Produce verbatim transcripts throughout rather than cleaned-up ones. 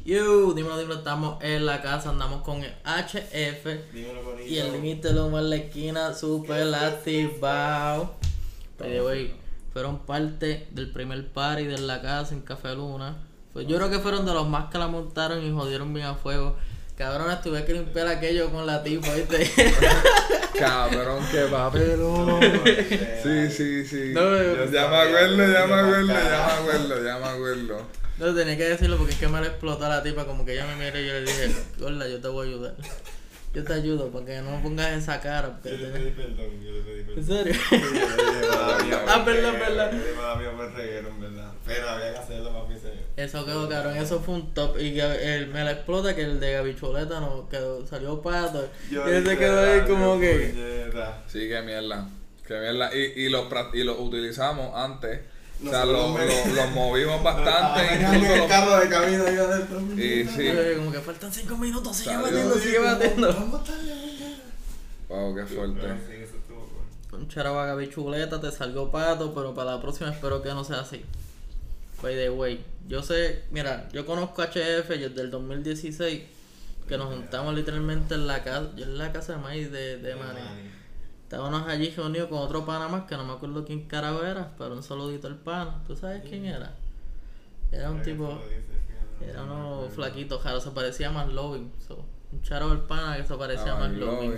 Yo, dímelo, dímelo, estamos en la casa, andamos con el H F Dímelo, bonito. y el límite lo en la esquina, super activado. Pero, güey, fueron parte del primer party de la casa en Café Luna. Pues yo creo que fueron de los más que la montaron y jodieron bien a fuego. Cabrón, tuve que limpiar aquello con la tipa, ¿viste? Cabrón, qué papelón. Sí, sí, sí. No, Yo ya me acuerdo, ya me acuerdo, ya me acuerdo, ya me acuerdo. No, tenía que decirlo porque es que me le explotó a la tipa, como que ella me miró y yo le dije, gorda, yo te voy a ayudar. Yo te ayudo para que no pongas esa cara. Yo le pedí perdón, yo le pedí perdón. ¿En serio? Ah, Ah, perdón, perdón. Mala mía por el reguero, en verdad. Pero había que hacerlo, papi, serio. Eso quedó cabrón, eso fue un top. Y que el, me la explota que el de Gabichuleta no quedó, salió pato. Y él se quedó ahí como que. Puñeta. Sí, qué mierda. Qué mierda. Y, y los y los utilizamos antes. O sea, Nosotros los, me- los, los movimos bastante. Estaba en Incluso el los, carro de camino ahí adentro. y sí. eh, Como que faltan cinco minutos, sigue Salió. batiendo, sigue batiendo. Vamos tarde, mañana. Wow, qué fuerte. Pero sí, eso estuvo cool. Un charaba Gabichuleta, te salió pato, pero para la próxima espero que no sea así. By the way, yo sé, mira, yo conozco a H F desde el dos mil dieciséis, que nos juntamos literalmente en la casa, yo en la casa de May de, de Manny. Estábamos allí reunidos con otro pana más, que no me acuerdo quién carajo era, pero un saludito al pana. ¿Tú sabes quién era? Era un tipo, era uno flaquito, jaro, se parecía a McLovin. So, un charo del pana que se parecía a Ah, McLovin.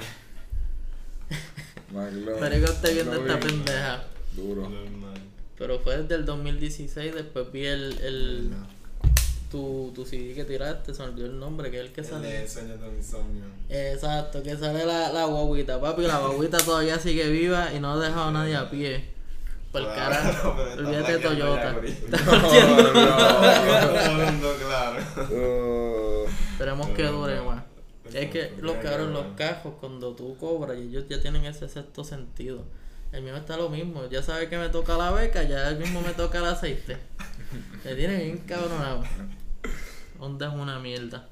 McLovin. Espero que esté viendo esta McLovin. pendeja. Duro. Pero fue desde el dos mil dieciséis, después vi el, el tu, tu C D que tiraste, se me olvidó el nombre, que es el que El sale. de Sueños de Insomnio. Exacto, que sale la, la guaguita, papi, la guaguita todavía sigue viva y no ha dejado a nadie a pie. Por el Claro, carajo, pero está olvídate de flaqueando Toyota. ya, Corillo. Está partiendo. Hablando claro. Uh, Esperemos que dure más. Eso, Es que eso, los mira, cabros, mira. los cajos, cuando tú cobras, ellos ya tienen ese sexto sentido. El mío está lo mismo, ya sabe que me toca la beca, ya el mismo me toca el aceite. Me tienen bien cabronado. Onda es una mierda.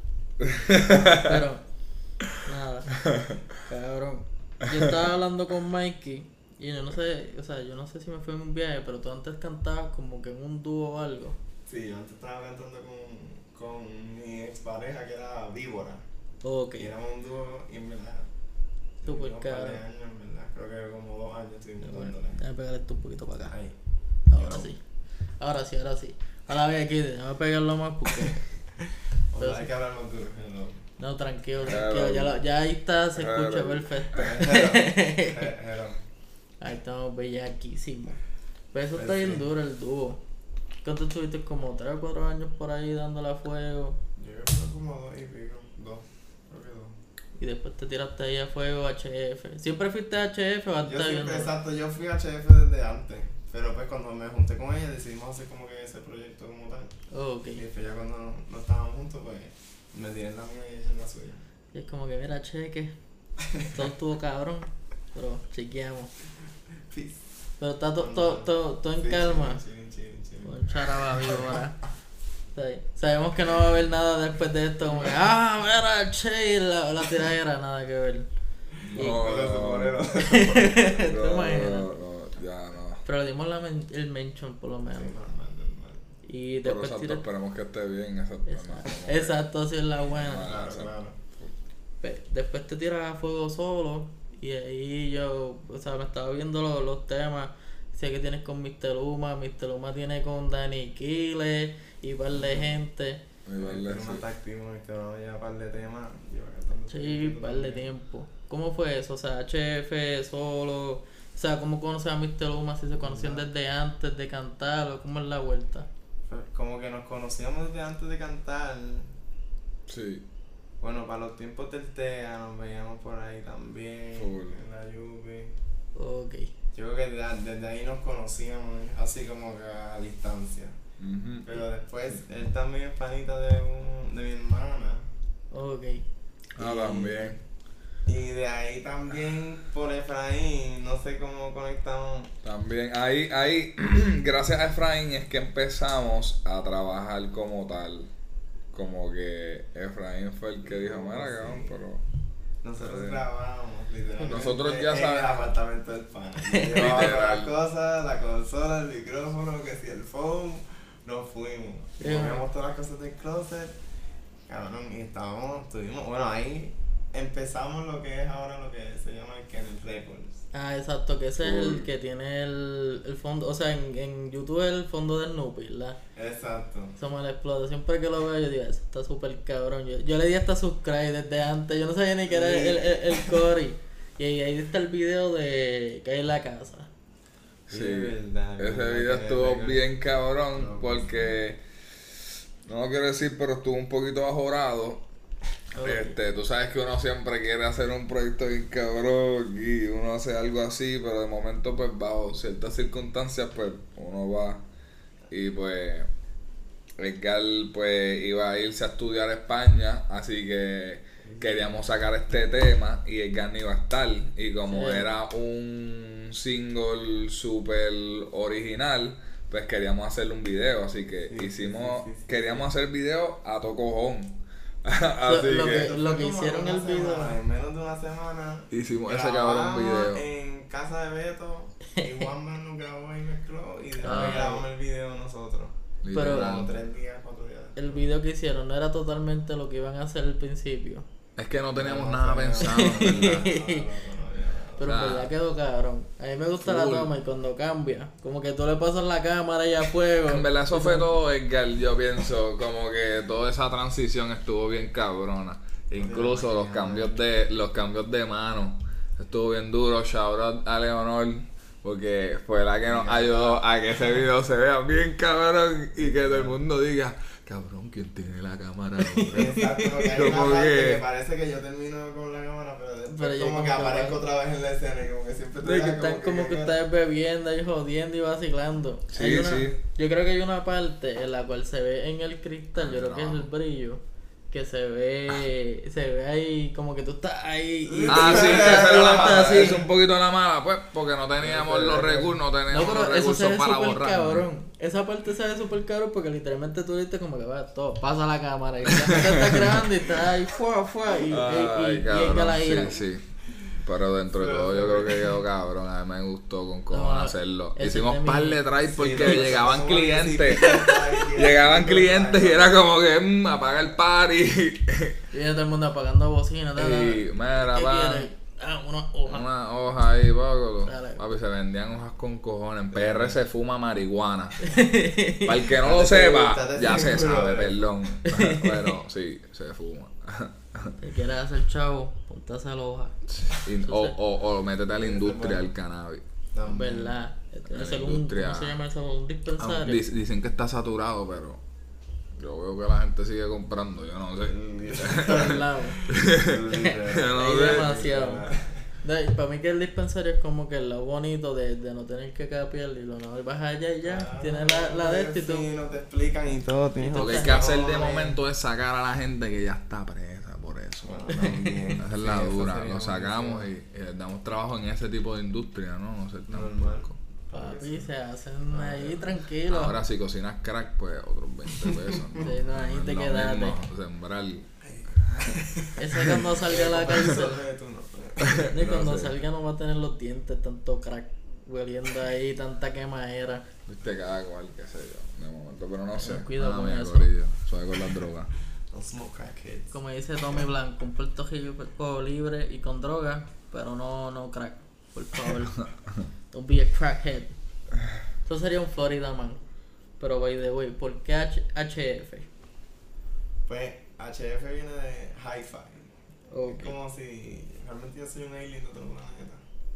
Pero, nada, cabrón. Yo estaba hablando con Mikey y yo no sé, o sea, yo no sé si me fui en un viaje, pero tú antes cantabas como que en un dúo o algo. Sí, yo antes estaba cantando con, con mi expareja que era Víbora. Ok, Y éramos un dúo y en verdad. Súper llevamos un par de cabrón. años, en verdad. Creo que como dos años estuvimos bueno, dándole. déjame pegarle esto un poquito para acá. Ahí. Ahora sí. Ahora sí, ahora sí. Ahora ve aquí, déjame pegarlo más porque. O Pero sea, sí. hay que hablar más duro. hello. No, tranquilo, Claro. tranquilo. Ya, lo- ya ahí está, se escucha Claro. perfecto. Eh, hello. Ahí estamos bellaquísimos. Pero eso Pues está bien sí. duro el dúo. ¿Cuánto estuviste? Como tres o cuatro años por ahí dándole a fuego. Yo creo que fue como dos y pico. Dos. Creo que dos. Y después te tiraste ahí a fuego H F. ¿Siempre fuiste a H F o Yo antes siempre, viendo? exacto, yo fui a H F desde antes. Pero pues cuando me junté con ella decidimos hacer como que ese proyecto como tal. Ok. Y después ya cuando no, no estábamos juntos, pues me tiré en la mía y ella en la suya. Y es como que, mira, cheque. Todo estuvo cabrón. Pero chequeamos. Peace. Pero está todo to, to, to en calma. Chilling, chilling, chilling. Un charaba vivo ahora. Sí. Sabemos que no va a haber nada después de esto. Como que, ah, mira, che, y la, la tiradera, nada que ver. Y- No, Por eso, por no, eso. ¿Te no, imaginas? no, no, ya no. Pero le dimos la men- el mention por lo Sí, menos. normal, normal. Y Pero después exacto, tiré. esperemos que esté bien. Exacto. Exacto, no, como que- exacto, así es la buena. Ah, Claro, exacto. claro. Pe- Después te tiras a fuego solo. Y ahí yo, o sea, me estaba viendo los, los temas. Sé que tienes con mister Luma. mister Luma tiene con Danny Kile y un par de gente. Y verle, Tenemos sí. una táctica, este, vamos ya un par de temas. Lleva cantando Sí, un par de tiempo. ¿Cómo fue eso? O sea, H F, solo. O sea, ¿cómo conoces a mister Luma? Si se conocían desde antes de cantar o cómo es la vuelta. Como que nos conocíamos desde antes de cantar. Sí. Bueno, para los tiempos del T E A nos veíamos por ahí también. Full. En la Yupi. Ok. Yo creo que desde, desde ahí nos conocíamos, así como que a distancia. Ujú. Pero después, él también es panita de, un, de mi hermana. Ok. Ah, también. Y de ahí también por Efraín, no sé cómo conectamos. También, ahí, ahí, gracias a Efraín es que empezamos a trabajar como tal. Como que Efraín fue el que dijo, mira, Sí. cabrón, pero... Nosotros Sí. grabábamos literalmente Nosotros ya en sabemos. el apartamento del pana. Llevábamos Literal. las cosas, la consola, el micrófono, que si el phone, nos fuimos. Sí. Movíamos todas las cosas del closet cabrón, y estábamos, estuvimos, bueno, ahí empezamos lo que es ahora lo que se llama el Kennel Records. Ah, exacto, que ese es el Uy. que tiene el, el fondo, o sea, en, en YouTube es el fondo del Snoopy, ¿verdad? Exacto. Eso me lo explota. Siempre que lo veo yo digo, eso está súper cabrón. Yo, yo le di hasta subscribe desde antes, yo no sabía ni que era el, el, el Cory. Y ahí, ahí está el video de que hay en la casa. Sí, Sí, verdad, ese verdad, video que estuvo recuerdo. bien cabrón No, pues, porque, no lo quiero decir, pero estuvo un poquito bajorado. Oh. Este, tú sabes que uno siempre quiere hacer un proyecto bien cabrón y uno hace algo así, pero de momento pues bajo ciertas circunstancias pues uno va y pues Edgar pues iba a irse a estudiar a España, así que queríamos sacar este tema y Edgar no iba a estar y como Sí. era un single super original pues queríamos hacerle un video, así que Sí, sí, hicimos, sí, sí, sí, queríamos sí. hacer video a tocojón. Lo- Así lo que que- Eso lo fue que como hicieron una el video. semana, en menos de una semana. hicimos ese grabamos cabrón video. En casa de Beto y Juanman nos grabó y mezcló y después Ay. grabamos el video nosotros. Pero- Literal. Como tres días, cuatro días. El video que hicieron no era totalmente lo que iban a hacer al principio. Es que no teníamos No, nada no, no, pensado, no, ¿verdad? no, no, no, no, no. Pero en Nah. verdad quedó cabrón. A mí me gusta Full. la toma y cuando cambia, como que tú le pasas la cámara y a fuego. En verdad eso fue todo Edgar, yo pienso, como que toda esa transición estuvo bien cabrona. Incluso los cambios de los cambios de mano estuvo bien duro. Shout out a Leonor porque fue la que nos ayudó a que ese video se vea bien cabrón y que todo el mundo diga, cabrón, ¿quién tiene la cámara ahora?" Exacto, porque hay una Como parte que- que parece que yo termino con la cámara, pero después Pero yo como como que que aparezco va- otra vez en la escena y como que siempre De que da están como que que- ustedes bebiendo y jodiendo y vacilando. Sí, Hay una- sí. Yo creo que hay una parte en la cual se ve en el cristal, yo creo que es el brillo, que se ve, se ve ahí como que tú estás ahí y Ah, y sí, tú esa estás- era tú la estás mala, así. es un poquito la mala, pues, porque no teníamos los recursos, no No, teníamos los pero eso se recursos ve para súper borrar. cabrón. Esa parte se ve súper cabrón porque literalmente tú dices como que va, todo, pasa la cámara y la gente está grabando y está ahí, fuá, fuá, y, y, y, Ay, y es cabrón, que la ira. sí, sí. Pero dentro de todo yo creo que quedó cabrón, a mí me gustó con cómo No, hacerlo. ese Hicimos es de par mi- de tries Sí, porque no, llegaban somos clientes. diecisiete, Llegaban clientes y era como que mmm, apaga el party. Y ya todo el mundo apagando bocina. tal, tal. Y mira, ¿Qué pa, quieres? Ah, una hoja. una hoja ahí, poco. Dale. Papi, se vendían hojas con cojones. En P R se fuma marihuana. Para el que no lo sepa, ya se sabe, perdón. Pero sí, se fuma. Si quieres hacer chavo, ponte a hacer hoja. Y- o, o, o métete a la industria del cannabis. No, ¿Verdad? Este, La hacer un, industria. ¿cómo se llama eso? Un Ah, dispensario. dic- Dicen que está saturado, pero yo veo que la gente sigue comprando, yo no sé. Por todos lados. Yo no Hay sé. demasiado. De- para mí que el dispensario es como que lo bonito de, de no tener que capiar y lo no vas allá y ya, tienes la, la de este y tú. Sí, no te explican y todo. tienes Lo que hay que hacer de momento es sacar a la gente que ya está presa por eso. Bueno, también. Esa es Sí, la eso dura, sería lo sacamos y, buenísimo. y les damos trabajo en ese tipo de industria, ¿no? No sé tan Normal. poco. Papi, se hacen ahí tranquilos. Ahora si cocinas crack, pues otros veinte pesos. ¿no? Sí, no, ahí Es te lo quedaste. mismo, sembrar. Ese cuando salga a la cárcel. Tú no. Y cuando No sé. salga no va a tener los dientes, tanto crack hueliendo ahí, tanta quemadera. Viste cada cual, qué sé yo, de momento, pero no sé. Cuidado Nada, con mía, eso. corillo, suave con las drogas. Don't smoke crackheads. Como dice Tommy Blanco, un Puerto Rico libre y con droga, pero no, no crack, por favor. Don't be a crackhead. Eso sería un Florida man. Pero by the way, ¿por qué H- HF? Pues H F viene de hi-fi. Ok. Es como si realmente yo soy un alien de otro planeta.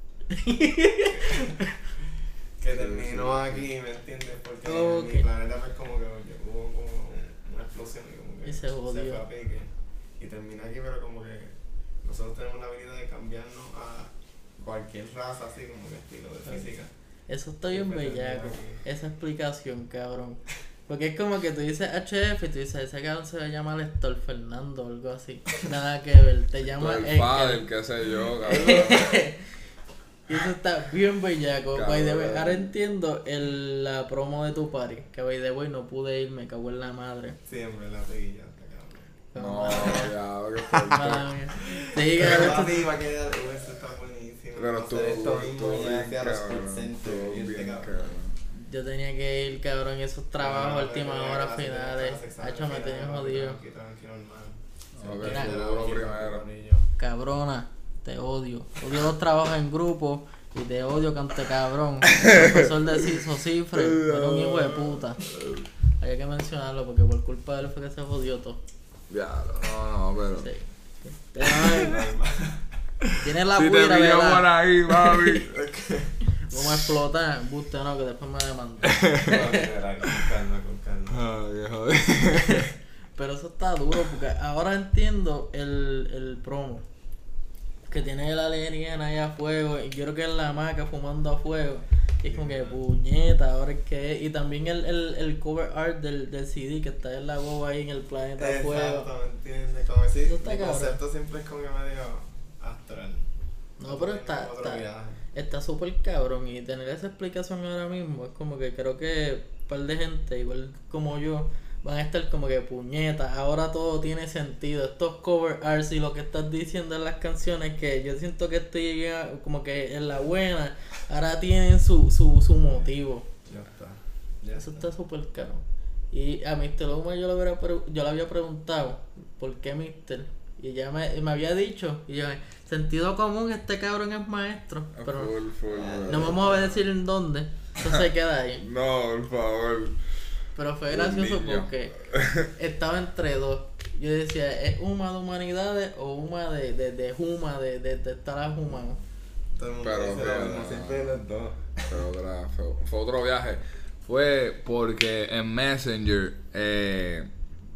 Que terminó aquí, ¿me entiendes? Porque Ok. mi planeta pues como que hubo como una explosión y como que Y se jodió. fue a pique. Y termina aquí, pero como que nosotros tenemos la habilidad de cambiarnos a cualquier raza así como que estilo de física. Eso está bien Siempre bellaco. termina aquí. Esa explicación, cabrón. Porque es como que tú dices H F y tú dices, ese cabrón se va a llamar Héctor Fernando o algo así. Nada que ver, te llama el Héctor. padre, qué sé yo, cabrón. Y eso está bien bellaco. By the way, Cabrón. ahora entiendo el, la promo de tu party. Que by the way no pude ir, me cago en la madre. Siempre la peguilla, cabrón. No, ya, qué Mala fuerte. mía. Sí, Pero cabrón. así va a quedar, uh, eso está buenísimo. Pero Hacer estuvo, esto estuvo mismo bien ya hacia los cabrón, call center estuvo y este bien cabrón. cabrón. Yo tenía que ir, cabrón, esos trabajos, No, últimas pero horas clase, finales. clase, examen Hacho, me final, tenía no, jodido. Tranqui, tranqui, normal. Ok, Siempre futuro te doy primero. corillo. Cabrona, te odio. Odio los trabajos en grupo y te odio, cante cabrón. El profesor de Ciso Cifre era un hijo de puta. Hay que mencionarlo porque por culpa de él fue que se jodió todo. Ya, no, no, pero. Sí. Ay, tiene la Si te buira, pillo por ¿verdad? ahí, mami. Vamos a explotar. Buste no, que después me demandan. No, literal, con calma, con calma. Ay, qué joder. Pero eso está duro porque ahora entiendo el, el promo. Que tiene el alienígena ahí a fuego. Y yo creo que es la maca fumando a fuego. Y es como que puñeta, ahora es que es. Y también el, el, el cover art del, del C D que está en la boba ahí en el planeta a fuego. Exacto, ¿me entiendes? Como decir, Eso está mi cabrón. concepto siempre es como que medio astral. No, pero Es está como otro está viaje. está súper cabrón. Y tener esa explicación ahora mismo es como que creo que un par de gente, igual como yo, van a estar como que puñetas. Ahora todo tiene sentido. Estos cover arts y lo que estás diciendo en las canciones, que yo siento que estoy ya como que en la buena, ahora tienen su, su, su motivo. Ya está. Ya Eso está. está súper caro. Y a mister Luma yo le, hubiera pre- yo le había preguntado por qué mister Y ya me, me había dicho, y yo, sentido común, este cabrón es maestro. Pero Full, full, no vamos a decir en dónde. Eso se queda ahí. No, por favor. Pero fue Un gracioso niño. porque estaba entre dos. Yo decía, ¿es Uma de humanidades o Uma de, de, de Juma, de, de, de estar humano? Todo el mundo Pero, dice pero, lo mismo, no. siempre los dos. Pero otra, fue, fue otro viaje. Fue porque en Messenger eh,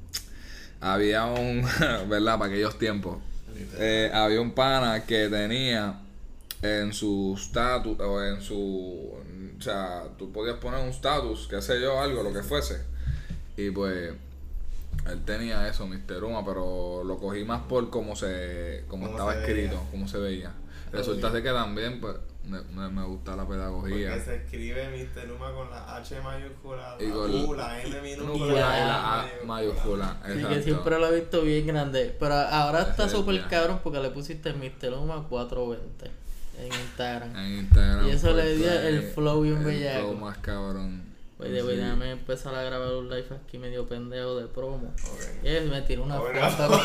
había un, ¿verdad? Para aquellos tiempos. Eh, había un pana que tenía en su status o en su, o sea, tú podías poner un status, qué sé yo, algo, lo que fuese. Y pues él tenía eso, mister Uma, pero lo cogí más por cómo se, cómo Cómo estaba se escrito, veía. cómo se veía. Resulta ser que también pues me, me, me gusta la pedagogía. Porque se escribe mister Luma con la H mayúscula, Y la con U, la- la M Y minúscula la A mayúscula. Sí, Exacto. que siempre lo he visto bien grande. Pero ahora Ese está es el súper viaje. cabrón porque le pusiste mister Uma cuatrocientos veinte en Instagram. En Instagram. Y eso le pues, dio pues, el flow bien el bellaco. flow más cabrón. Oye, Sí. voy déjame empezar a grabar un live aquí medio pendejo de promo. Ok. Y él me tiró una Ahora. foto.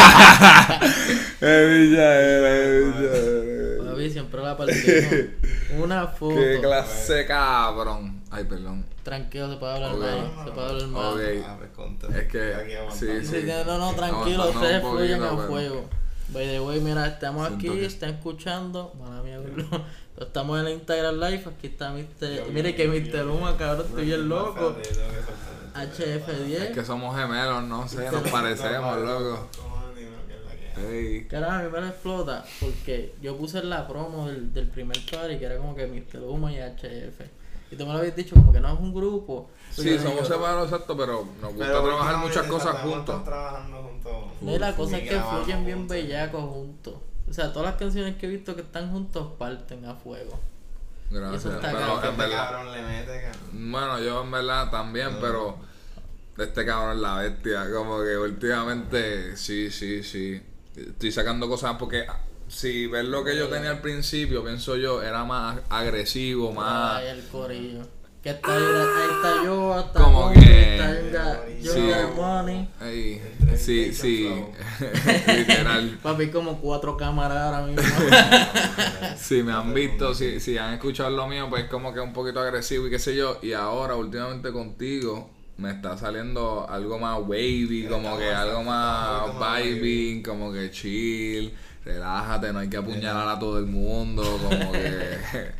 ¡Qué villa era, qué villa era! Papi, siempre la partimos. Una foto. ¡Qué clase cabrón! Ay, perdón. Tranquilo, se puede hablar Ok. más. Se puede hablar más. Ok. Ah, pues, contra. Es que- Aquí sí, aguantando. Sí, no, no, no, tranquilo, Aguantando ustedes un fluyen poquito, a pero- fuego. By the way, mira, estamos Siento aquí, que- están escuchando. Mala mía, bro. Estamos en el Instagram Live, aquí está mister Yo, Mire yo, que yo, mister yo, Uma, yo. cabrón, estoy bien No, loco. espérate, yo tengo que soltar esto. H F diez. Es que somos gemelos, no sé, nos parecemos, loco. Cojones, dime que es la que hay. Ey. Carajo, a mí me lo explota porque yo puse en la promo del, del primer party que era como que mister Uma y H F. Y tú me lo habías dicho como que no es un grupo. Sí, Yo somos digo, separados, exacto, pero nos gusta Pero trabajar últimamente muchas cosas estamos juntos. trabajando juntos. No, y la cosa Y es que grabamos fluyen bien juntos. bellacos juntos. O sea, todas las canciones que he visto que están juntos parten a fuego. Gracias. Eso está Pero cabrón. en Este verdad. cabrón le mete, cabrón. Bueno, yo en verdad también, pero este cabrón es la bestia. Como que últimamente, sí, sí, sí. Estoy sacando cosas porque si ves lo que yo tenía al principio, pienso yo, era más agresivo, más. Ay, el corillo. Que está ahí, ahí está yo, hasta Como Juanpi, que- está Yonga- Sí. Yonga Money. Ey, Entre sí, Station sí. Literal. Papi, como cuatro cámaras ahora mismo. Si me han visto, si, si han escuchado lo mío, pues como que un poquito agresivo y qué sé yo. Y ahora, últimamente contigo, me está saliendo algo más wavy, como que algo más vibing, como que chill, relájate, no hay que apuñalar a todo el mundo, como que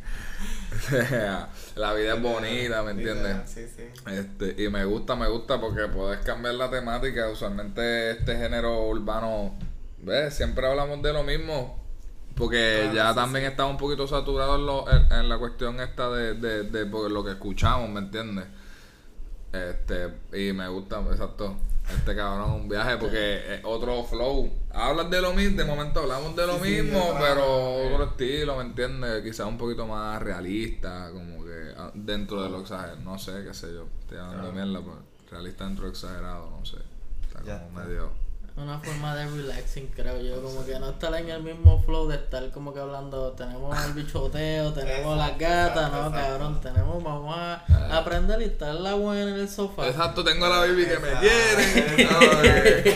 la vida es bonita, ¿me entiendes? Sí, sí. Este, y me gusta, me gusta porque puedes cambiar la temática. Usualmente este género urbano, ¿ves? Siempre hablamos de lo mismo. Porque Ah, ya sí, también sí. está un poquito saturado en, lo, en, en la cuestión esta de, de, de, por lo que escuchamos, ¿me entiendes? Este, y me gusta, exacto. Este cabrón un viaje porque es otro flow. Hablas de lo mismo, de momento hablamos de lo Sí, sí, mismo, de pero otra- otro estilo, ¿me entiendes? Quizás un poquito más realista, como que ah, dentro de lo exagerado. No sé, qué sé yo. Estoy hablando de Claro. mierda, pues realista dentro de exagerado, no sé. Está Ya como está. medio. Una forma de relaxing, creo yo, como que no estar en el mismo flow de estar como que hablando, tenemos el bichoteo, tenemos las gatas, no, exacto, cabrón, exacto. tenemos, vamos a aprender y estar la buena en el sofá. Exacto, tengo a la baby que me Exacto. quiere. No, eh.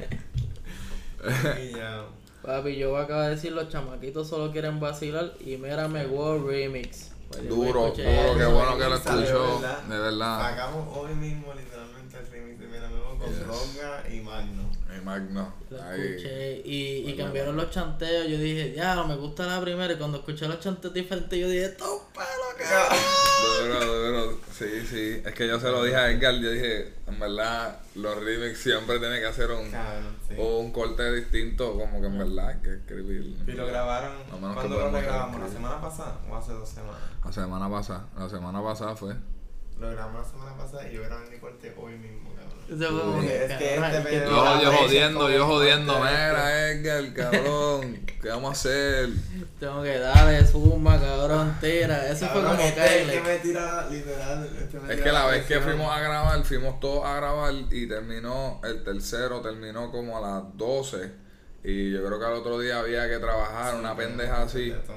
Y ya. Papi, yo acabo de decir, los chamaquitos solo quieren vacilar y mira, me World Remix. Pues, yo Duro, escuché duro, eso. qué bueno que lo Sale, escuchó, ¿verdad? de verdad. Sacamos hoy mismo literalmente el remix de Mira Memo con Yes. Ronga y Magno. Mi Magno, Lo ahí. escuché y, y Bueno, cambiaron los chanteos. Yo dije, ya, no me gusta la primera. Y cuando escuché los chanteos diferentes, yo dije, ¡esto es un pelo, cabrón! Duro, duro, sí, sí. Es que yo se lo dije a Edgar, yo dije, en verdad, los remix siempre tienen que hacer un, Cabrón, sí. un corte distinto, como que en verdad hay que escribir. Y lo grabaron. No menos que ¿Cuándo lo podemos grabamos? ¿La escribir. semana pasada o hace dos semanas? La semana pasada, la semana pasada fue. Lo grabamos la semana pasada y yo grabé mi corte hoy mismo, cabrón. Eso fue como que, Es que cabrón, este es que pedo- tú- Yo, la yo fecha jodiendo, como yo el jodiendo, corte de mira Edgar, cabrón, ¿qué vamos a hacer? tengo que darle zumba, cabrón, tira. Eso fue Cabrón, como este es el Kyle. que me tira literal. Este me Es tira que la vez que presión. fuimos a grabar, fuimos todos a grabar y terminó, el tercero terminó como a las doce y yo creo que al otro día había que trabajar, Sí, una que pendeja no, así, esto.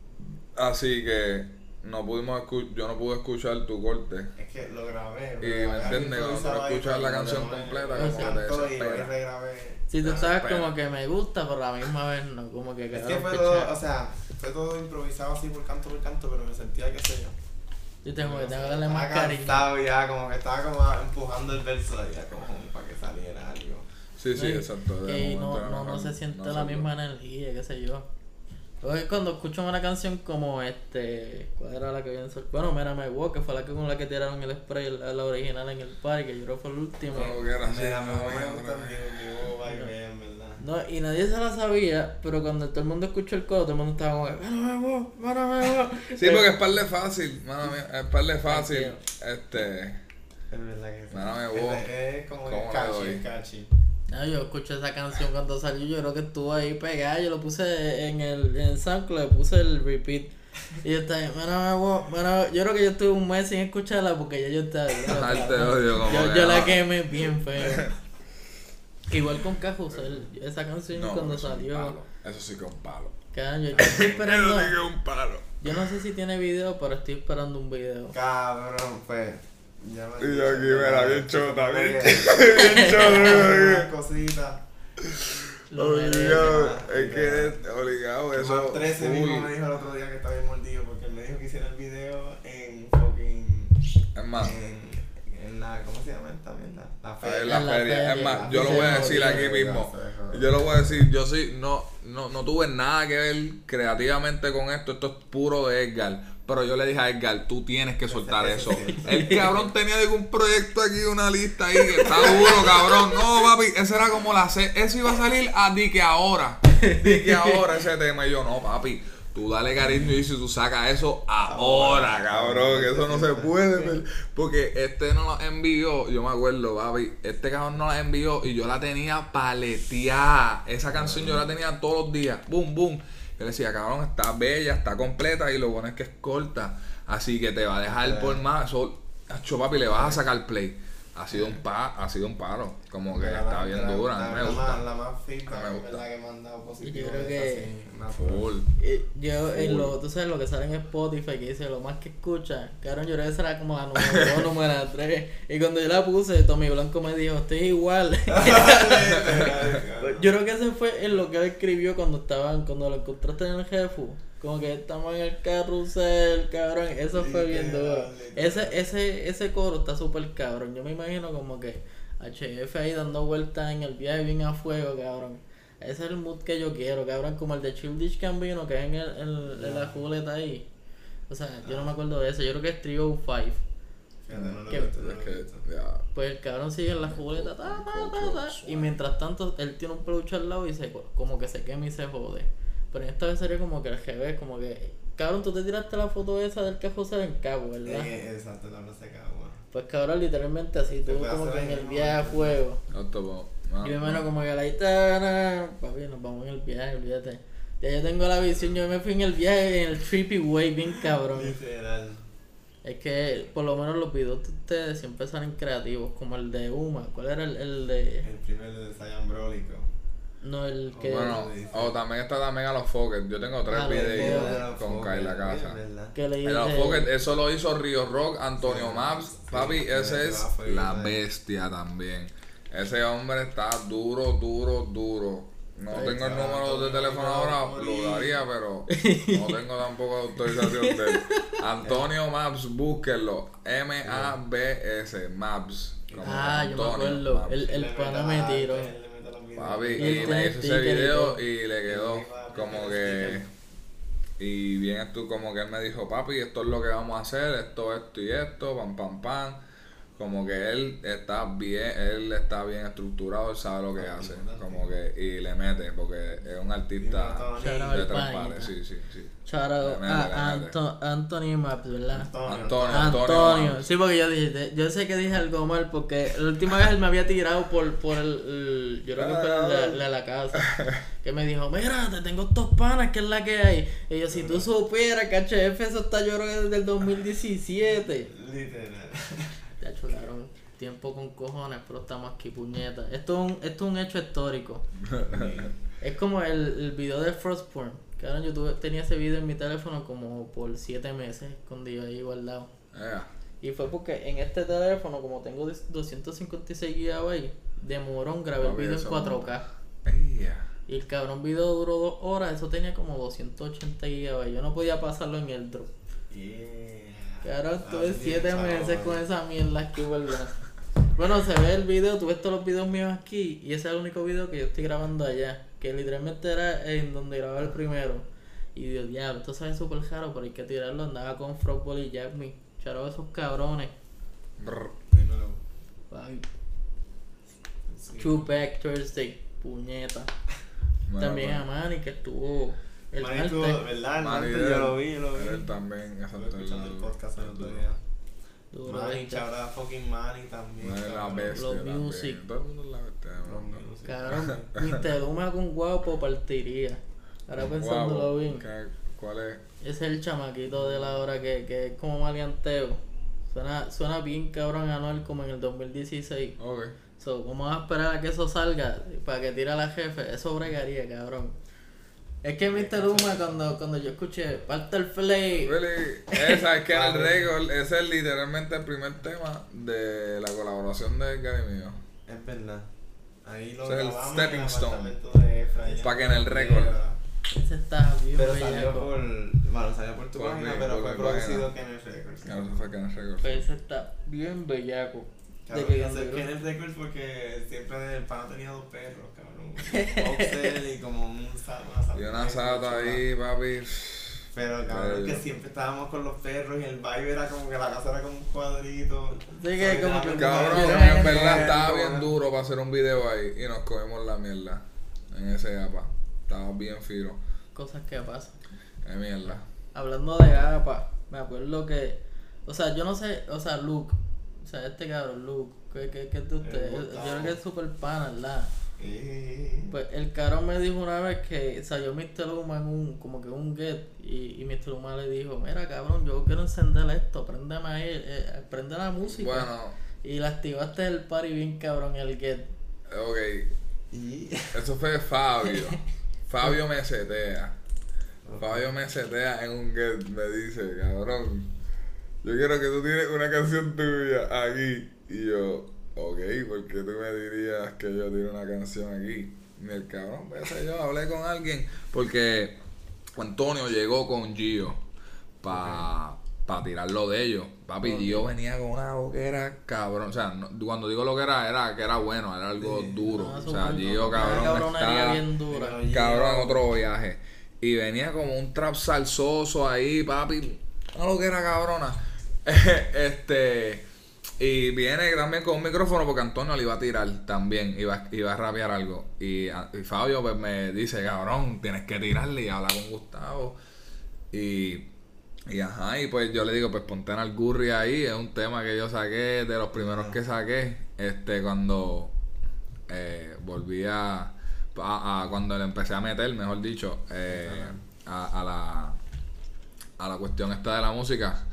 así que no pudimos escu- yo no pude escuchar tu corte. Es que lo grabé. Y, lo ¿me grabé entiendes? improvisado Cuando ahí, escuchas la pero canción no me- completa, me como que te encantó y hoy desespera. regrabé. Si tú Ah, estabas espera. como que me gusta, pero a la misma vez no, como que Es cabrón, que fue qué todo, chévere. o sea, fue todo improvisado así por canto por canto, pero me sentía, qué sé yo. Yo tengo que tengo que darle Estaba más cariño. cansado ya, como que estaba como empujando el verso ahí, ya como para que saliera algo. Sí, sí, Y- exacto. de Y no, momento no, no no- se siente no la salió. misma energía, qué sé yo. Luego es cuando escucho una canción como este, ¿cuál era la que había en sol? Bueno, Mira Me Walk, que fue la que con la que tiraron el spray, la, la original en el parque, yo creo que fue el último. No, que era así, Mira, no, me no, voy a no, gustar no. mi va y ve, en verdad. No, y nadie se la sabía, pero cuando todo el mundo escuchó el coro, todo el mundo estaba como, Mira Me Walk, Mira Me Walk. Sí, porque es parle fácil, mano mía, es parle fácil. Este, Es verdad que sí. Mira, me Es- voy. Es como ¿Cómo que le catchy, doy? es catchy. No, yo escuché esa canción cuando salió, yo creo que estuvo ahí pegada, yo lo puse en el, en el SoundCloud, le puse el repeat. Y yo estaba, mira, me voy, mira, yo creo que yo estuve un mes sin escucharla porque ya yo estaba yo, Ay, te cabrón. odio, como yo, que yo la no. quemé bien feo. Igual con Cajusel, esa canción no, cuando eso es un salió, palo, eso sí que es un palo. cabrón, yo, yo estoy esperando, Eso sí que es un palo. yo no sé si tiene video, pero estoy esperando un video. Cabrón, pues. Ya me han Y dicho, yo aquí, mira, ¿verdad? bien chota, bien Porque- bien chota. Una cosita. Lo merece. Obligado, merece. es que obligado, Eso eso. trece full. mismo me dijo el otro día que estaba bien mordido porque él me dijo que hiciera el video en fucking. Es más, En, en la. ¿Cómo se llama esta mierda? La en feria. la En la feria, es feria. más, La yo lo voy a feria, decir no, aquí ya, mismo. se dejó. Yo lo voy a decir, yo sí, no, no, no tuve nada que ver creativamente con esto, esto es puro de Edgar. Pero yo le dije a Edgar, tú tienes que soltar Eso eso. es cierto. El cabrón tenía algún proyecto aquí, una lista ahí que está duro, cabrón. No, papi, ese era como la C. Eso iba a salir a di que ahora. Di que ahora ese tema. Y yo, no, papi, tú dale cariño y si tú sacas eso ahora, cabrón. Que eso no se puede. ver. Porque este no lo envió, yo me acuerdo, papi. Este cabrón no la envió y yo la tenía paleteada. Esa canción yo la tenía todos los días. Boom, boom. Yo le decía, cabrón, está bella, está completa y lo bueno es que es corta. Así que te va a dejar por más. Eso, acho, papi, le vas a sacar play. Ha sido un pa, ha sido un palo. Como que La- está la- bien la- dura, la- a mí me la gusta. más- La más feedback, Me en gusta. verdad, que me han dado positivo. Yo creo es que- así, natural. Full. Eh, Yo en Full. lo, tú sabes lo que sale en Spotify que dice lo más que escucha, cabrón, yo creo que esa era como la número dos, número tres. Y cuando yo la puse, Tommy Blanco me dijo, estoy igual. Yo creo que ese fue en lo que él escribió cuando estaban, cuando lo encontraste en el jefu. Como que estamos en el carrusel, cabrón. Eso fue bien Literal, duro. literal. Ese, ese, ese coro está súper cabrón. Yo me imagino como que H F ahí dando vueltas en el viaje bien a fuego, cabrón. Ese es el mood que yo quiero, cabrón. Como el de Childish Gambino, que es en, el, en, en la juleta ahí. O sea, yo no me acuerdo de eso. Yo creo que es Trio cinco. Fíjate, no lo ¿Qué? he visto, no Es lo he que, visto. ya. Pues el cabrón sigue en la juleta, ta, ta, ta, ta, y mientras tanto él tiene un peluche al lado y se como que se quema y se jode. Pero en esta vez sería como que al revés, como que, cabrón, tú te tiraste la foto esa del cajosel en Cabo, ¿verdad? Eh, Exacto, la plaza de Cagua. Pues cabrón, literalmente así, tú puede como hacer que en ahí, el ¿no? viaje a fuego. Esto, pues, no, Yo me imagino no. como que la guitarra, papi, nos vamos en el viaje, olvídate. Ya yo tengo la visión, yo me fui en el viaje en el trippy way bien cabrón. Literal. Es que por lo menos los videos de ustedes siempre salen creativos, como el de Uma. ¿Cuál era el, el de...? El primer de Zion Brolico. No, el que... Bueno, o también está también a los Fokker. Yo tengo tres Ah, los videos Fokker. con Kyla Casa. que le En los dice- Fokker, eso lo hizo Rio Rock, Antonio Sí, Maps. sí, Papi, sí, ese sí, es sí, la sí. bestia también. Ese hombre está duro, duro, duro. No Ahí tengo el está, número de Antonio, teléfono ahora, Maps. lo daría, pero no tengo tampoco autorización de él. Antonio Maps, búsquenlo. M A B S, Maps. Como Ah, yo me Antonio acuerdo. Maps. El, el pana me tiró. Papi, Y él y tiene me hizo ese sticker y video todo. y le quedó como que. Y bien, tú como que él me dijo, papi, esto es lo que vamos a hacer, esto, esto y esto, pam, pam, pam. Como que él está bien, él está bien estructurado, él sabe lo que hace. Como que, y le mete, porque es un artista Shout out de al tres panita. pares, sí, sí, sí. Shout out Le mete, a le mete. Anto- Anthony Maps, ¿verdad? Antonio, Antonio. Antonio Maps. Sí, porque yo dije, yo sé que dije algo mal porque la última vez él me había tirado por, por el, el- yo creo que fue el de, el de la casa, que me dijo, mira, te tengo estos panas, que es la que hay. Y yo, si tú supieras que H F eso está yo creo que desde el dos mil diecisiete. Literal. Ya chularon, tiempo con cojones, pero estamos aquí, puñetas. Esto es un, esto es un hecho histórico. Es como el, el video de Frostborn. Que ahora yo tuve, tenía ese video en mi teléfono como por siete meses escondido ahí guardado. Yeah. Y fue porque en este teléfono, como tengo doscientos cincuenta y seis gigabytes, de morón grabé el Papi, video en eso cuatro K. Yeah. Y el cabrón video duró dos horas, eso tenía como doscientos ochenta gigabytes. Yo no podía pasarlo en el drop. Yeah. Cabrón, estuve Así siete es, meses chaval. con esa mierda aquí, ¿verdad? Bueno, se ve el video, tú ves todos los videos míos aquí y ese es el único video que yo estoy grabando allá. Que literalmente era en donde grababa el primero. Y Dios, diablo, esto sabe súper raro, pero hay que tirarlo. Andaba con Frogball y Jack Me. Charo esos cabrones. Brr. Dímelo. Ay, Sí. True Back Thursday, puñeta. Bueno, También pues, a Manny que estuvo el Manny martes. estuvo, ¿verdad? El Manny martes Del- yo lo vi, yo lo vi. Él también, Estuve exacto. escuchando el podcast el el otro duro. día. Duro, Manny, ¿viste? shout out a fucking Manny también. Manny es la cabrón. bestia Los también. music. Todo el mundo es la bestia. Los ¿no? music. Cabrón, mister Luma con guapo partiría. Ahora pensándolo Guapo. bien. ¿Qué- ¿Cuál es? Ese es el chamaquito de la hora que, que es como maleanteo. Suena, suena bien cabrón Anuel como en el dos mil dieciséis. Ok. So, vamos a esperar a que eso salga para que tire a la jefe. Eso bregaría, cabrón. Es que mister Luma cuando, cuando yo escuché parte el flame. Really, esa es que en el récord, ese es literalmente el primer tema de la colaboración de Gary mío. Es verdad. Ahí lo Ese es el grabamos stepping en el stone. apartamento de Efraín. Pa' que en el récord. Ese está bien Pero salió bellaco. por... Bueno, salió por tu Por página, mi- pero por fue mi producido página. Kenneth Records. Claro, eso fue Kenneth Records. Pues ese está bien bellaco. Cabrón, De que ese es cuando- Kenneth Records porque siempre el pana tenía dos perros, cabrón. Un boxer y como un sa- una sata. Y una sata ahí, papi. Pero cabrón, Bello. que siempre estábamos con los perros y el vibe era como que la casa era como un cuadrito. Sí, que como que- Cabrón, Mira, en verdad mira, estaba mira. bien duro para hacer un video ahí y nos comimos la mierda en ese apa. Estaba bien filo. Cosas que pasan. Qué mierda. Hablando de gapa, me acuerdo que, o sea, yo no sé, o sea, Luke, o sea, este cabrón, Luke, ¿qué, qué, qué es de usted? El Yo botado. creo que es super pana, ¿verdad? Y... Pues el cabrón me dijo una vez que salió mister Luma en un, como que un get, y, y mister Luma le dijo, mira cabrón, yo quiero encender esto, préndeme ahí, eh, prende la música. Bueno, Y le activaste el party bien cabrón, el get. ok. y... Eso fue Fabio. Fabio me setea. Fabio me setea en un get. Me dice, cabrón, yo quiero que tú tienes una canción tuya aquí. Y yo, ok, ¿por qué tú me dirías que yo tire una canción aquí? Y el cabrón, pues yo hablé con alguien. Porque Antonio llegó con Gio para pa tirarlo de ellos. Papi, Ok. Gio venía con una boquera cabrón. O sea, no- cuando digo lo que era, era que era bueno, era algo Sí. duro. Ah, o sea, súper Gio, duro. Una cabrón, cabronería está... bien dura. Pero Cabrón, en Gio- otro viaje. Y venía como un trap salsoso ahí, papi. No lo que era cabrona. este. Y viene también con un micrófono porque Antonio le iba a tirar también. Iba, iba a rapear algo. Y, y Fabio pues me dice, cabrón, tienes que tirarle y habla con Gustavo. Y. Y ajá, y pues yo le digo, pues ponte en Algurri ahí. Es un tema que yo saqué, de los primeros que saqué. Este, cuando eh, volví a, a, a- cuando le empecé a meter, mejor dicho, eh, a, a la a la cuestión esta de la música.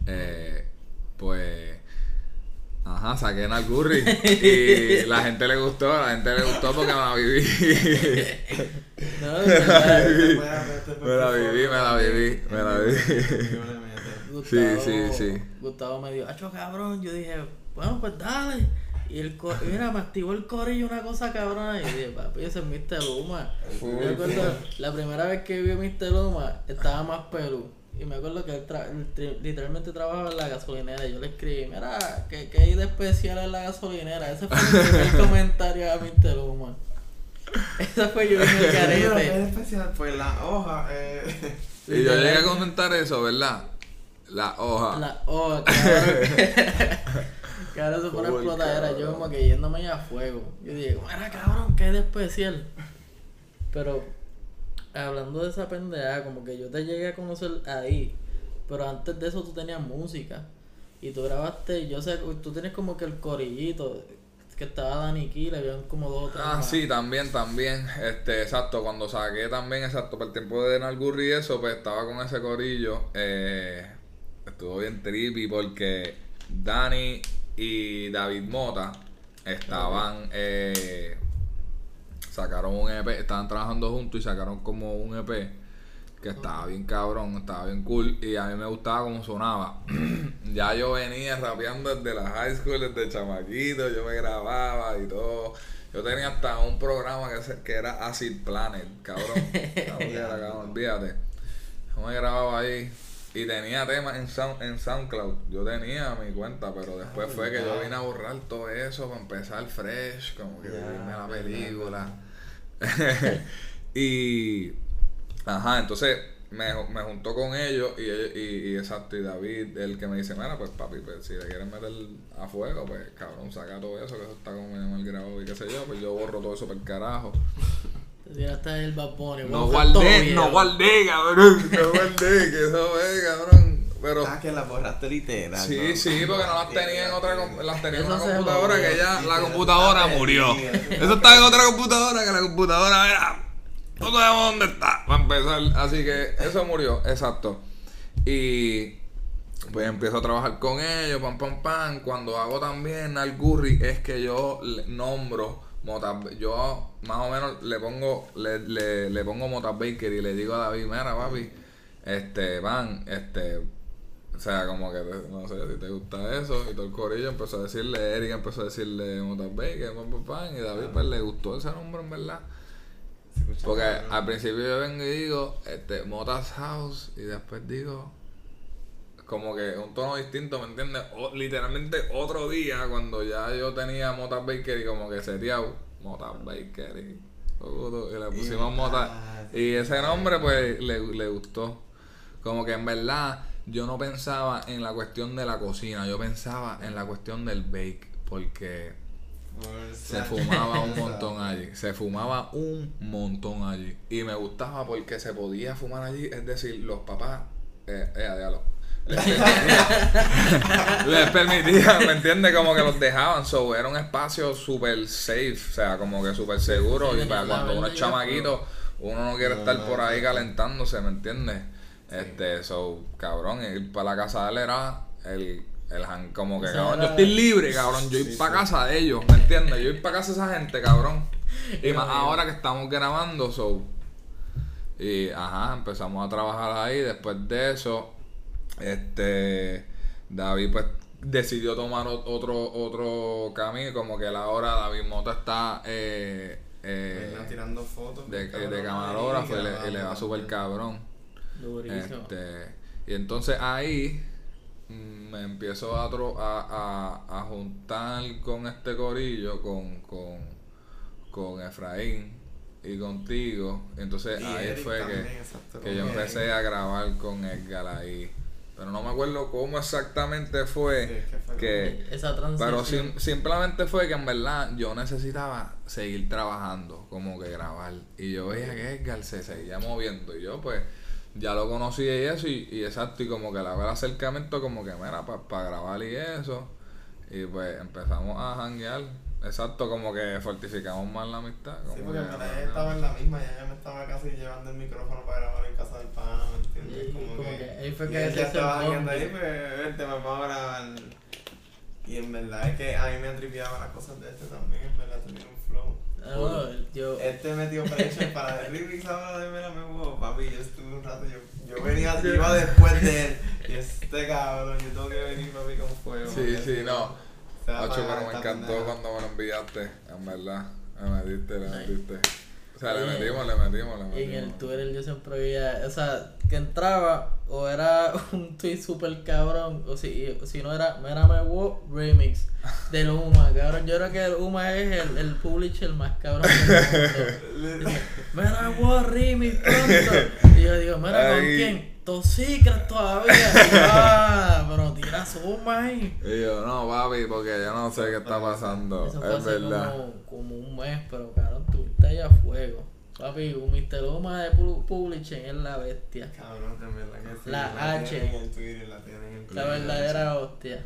eh, pues, ajá, saqué en Algurri y la gente le gustó, la gente le gustó porque me la viví. No, de verdad. Me la viví, me la viví, me la viví. Gustavo, Sí, sí, sí. Gustavo me dijo, acho cabrón, yo dije, bueno pues dale. Y el co mira, me activó el corillo una cosa cabrona. Y dije, papi, ese es mister Luma. Yo me acuerdo, la primera vez que vi a mister Luma, estaba más pelú. Y me acuerdo que él, tra él literalmente trabajaba en la gasolinera. Y yo le escribí, mira, ¿qué, qué hay de especial en la gasolinera? Ese fue el primer comentario a mister Luma. Esa fue yo en el carete. Es especial, pues la hoja. Eh. Y yo llegué a comentar eso, ¿verdad? La hoja. La hoja, cabrón. Que ahora se pone Uy, explotadera, cabrón. yo como que yéndome a fuego. Yo dije, mira cabrón, ¿qué hay de especial? Pero hablando de esa pendeja, como que yo te llegué a conocer ahí, pero antes de eso tú tenías música. Y tú grabaste, yo sé, tú tienes como que el corillito, que estaba Dani Key, le habían como dos o tres Ah, más. sí, también, también, este, exacto, cuando saqué también, exacto, para el tiempo de Nalgurri y eso, pues estaba con ese corillo, eh, estuvo bien trippy porque Dani y David Mota estaban, eh, sacaron un E P, estaban trabajando juntos y sacaron como un E P que estaba bien cabrón, estaba bien cool y a mí me gustaba cómo sonaba. Ya yo venía rapeando desde la high school, desde chamaquito, yo me grababa y todo. Yo tenía hasta un programa que, se, que era Acid Planet, cabrón. Cabrón, cabrón, olvídate. Yo me grababa ahí y tenía temas en, sound, en SoundCloud. Yo tenía mi cuenta, pero después Ah, fue que yo ya. vine a borrar todo eso para empezar fresh, como que Ya, vivirme la ya, película. Y ajá, entonces me, me juntó con ellos y, y, y exacto, y David, el que me dice, mira, pues papi, pues si le quieren meter a fuego, pues cabrón, saca todo eso, que eso está como medio mal grabado y qué sé yo, pues yo borro todo eso para el carajo. Te tiraste el Bad Bunny, No vamos a hacer todo guardé, bien. no guardé, cabrón, no guardé, que eso es, cabrón. Pero Ah, que la borraste literal. sí, ¿no? sí, porque no las tenía en otra, com- las tenía en Eso una se computadora jodió, que ya sí, la sí, computadora está murió. perdida. Eso está en otra computadora que la computadora era. No sabemos dónde está, para empezar. Así que eso murió, exacto. Y pues empiezo a trabajar con ellos, pam, pam, pam. Cuando hago también Nalgurri es que yo le nombro Motas. Yo más o menos le pongo le, le, le pongo Motas Baker y le digo a David, mira papi, este, van, este, o sea, como que, no sé si te gusta eso. Y todo el corillo empezó a decirle, Eric empezó a decirle Motas Baker, pam, pam, pam. Y David pues le gustó ese nombre en verdad. Porque al principio yo vengo y digo, este, Motas House, y después digo, como que un tono distinto, ¿me entiendes? O, literalmente otro día, cuando ya yo tenía Motas Baker y como que seteado, Motas Baker y, y le pusimos Motas, y ese nombre pues le, le gustó. Como que en verdad yo no pensaba en la cuestión de la cocina, yo pensaba en la cuestión del bake, porque se fumaba un montón allí, se fumaba un montón allí. Y me gustaba porque se podía fumar allí, es decir, los papás, eh, eh, diablo, les permitía, les permitía, ¿me entiendes? Como que los dejaban, so, era un espacio súper safe, o sea, como que súper seguro. Y para cuando uno es chamaquito, uno no quiere estar por ahí calentándose, ¿me entiendes? Este, so, cabrón, ir para la casa de él era el... El han, como que, O sea, cabrón, era- yo estoy libre, cabrón, yo ir Sí, para sí. casa de ellos, ¿me entiendes? Yo ir para casa de esa gente, cabrón. Y más Dios mío. ahora que estamos grabando, so. Y, ajá, empezamos a trabajar ahí. Después de eso, este, David, pues, decidió tomar o- otro otro camino. Como que la hora David Mota está eh, eh, Venía tirando fotos. de, cabrón, de camarógrafo y le, y grabando le va súper también. cabrón. Durísimo. Este, y entonces ahí mm, me empiezo a, tro- a, a, a juntar con este corillo, con, con, con Efraín y contigo. Entonces Y ahí Eric fue también, que, exacto, que con yo Eric. empecé a grabar con Edgar ahí. Pero no me acuerdo cómo exactamente fue Sí, que fue que... Esa transición. Pero sim- simplemente fue que en verdad yo necesitaba seguir trabajando, como que grabar. Y yo veía que Edgar se seguía moviendo. Y yo pues ya lo conocí y eso. Y, y exacto, y como que le hago el acercamiento como que mira, para pa grabar y eso. Y pues empezamos a janguear. exacto, como que fortificamos más la amistad. Como Sí, porque en que, verdad ella estaba en la misma y ella me estaba casi llevando el micrófono para grabar en casa del pana, ¿me entiendes? Y Como, como que, que ahí fue y que él se ya hizo estaba el viendo ahí, bonding. pues, vente, vamos a grabar. Y en verdad es que a mí me atripiaba las cosas de este también, en verdad tenía un flow. Ah, no, yo... Este metió pressure para el remix ahora de Mira Me Huevo, papi, yo estuve un rato, yo, yo venía, yo iba después de él, y este cabrón, yo tengo que venir, papi, con fuego. Sí, porque sí, si no. se va a Ocho, apagar pero me esta encantó pendeja. cuando me lo enviaste, en verdad. Me metiste, le Nice. metiste. O sea, le Oye, metimos, le metimos, le metimos. Y en el Twitter yo siempre veía, o sea, que entraba o era un tweet super cabrón, o si, o si no era Mira Me Huevo remix del Uma, cabrón. Yo creo que el Uma es el, el publisher más cabrón del mundo. Dice, Mira Me Huevo remix pronto. Y yo digo, mira, ¿con Ay. quién? Top Secret todavía. Y yo, ah, pero tira Uma ahí. Y yo, no, papi, porque yo no sé qué está pasando. Eso fue Es hace verdad. como, como un mes, pero cabrón, tú estás allá a fuego. Papi, un mister Uma de pu- Publishing es la bestia. Cabrón, en verdad que sí. La H. tienen en el Twitter, la tienen en el Twitter. La verdadera hostia.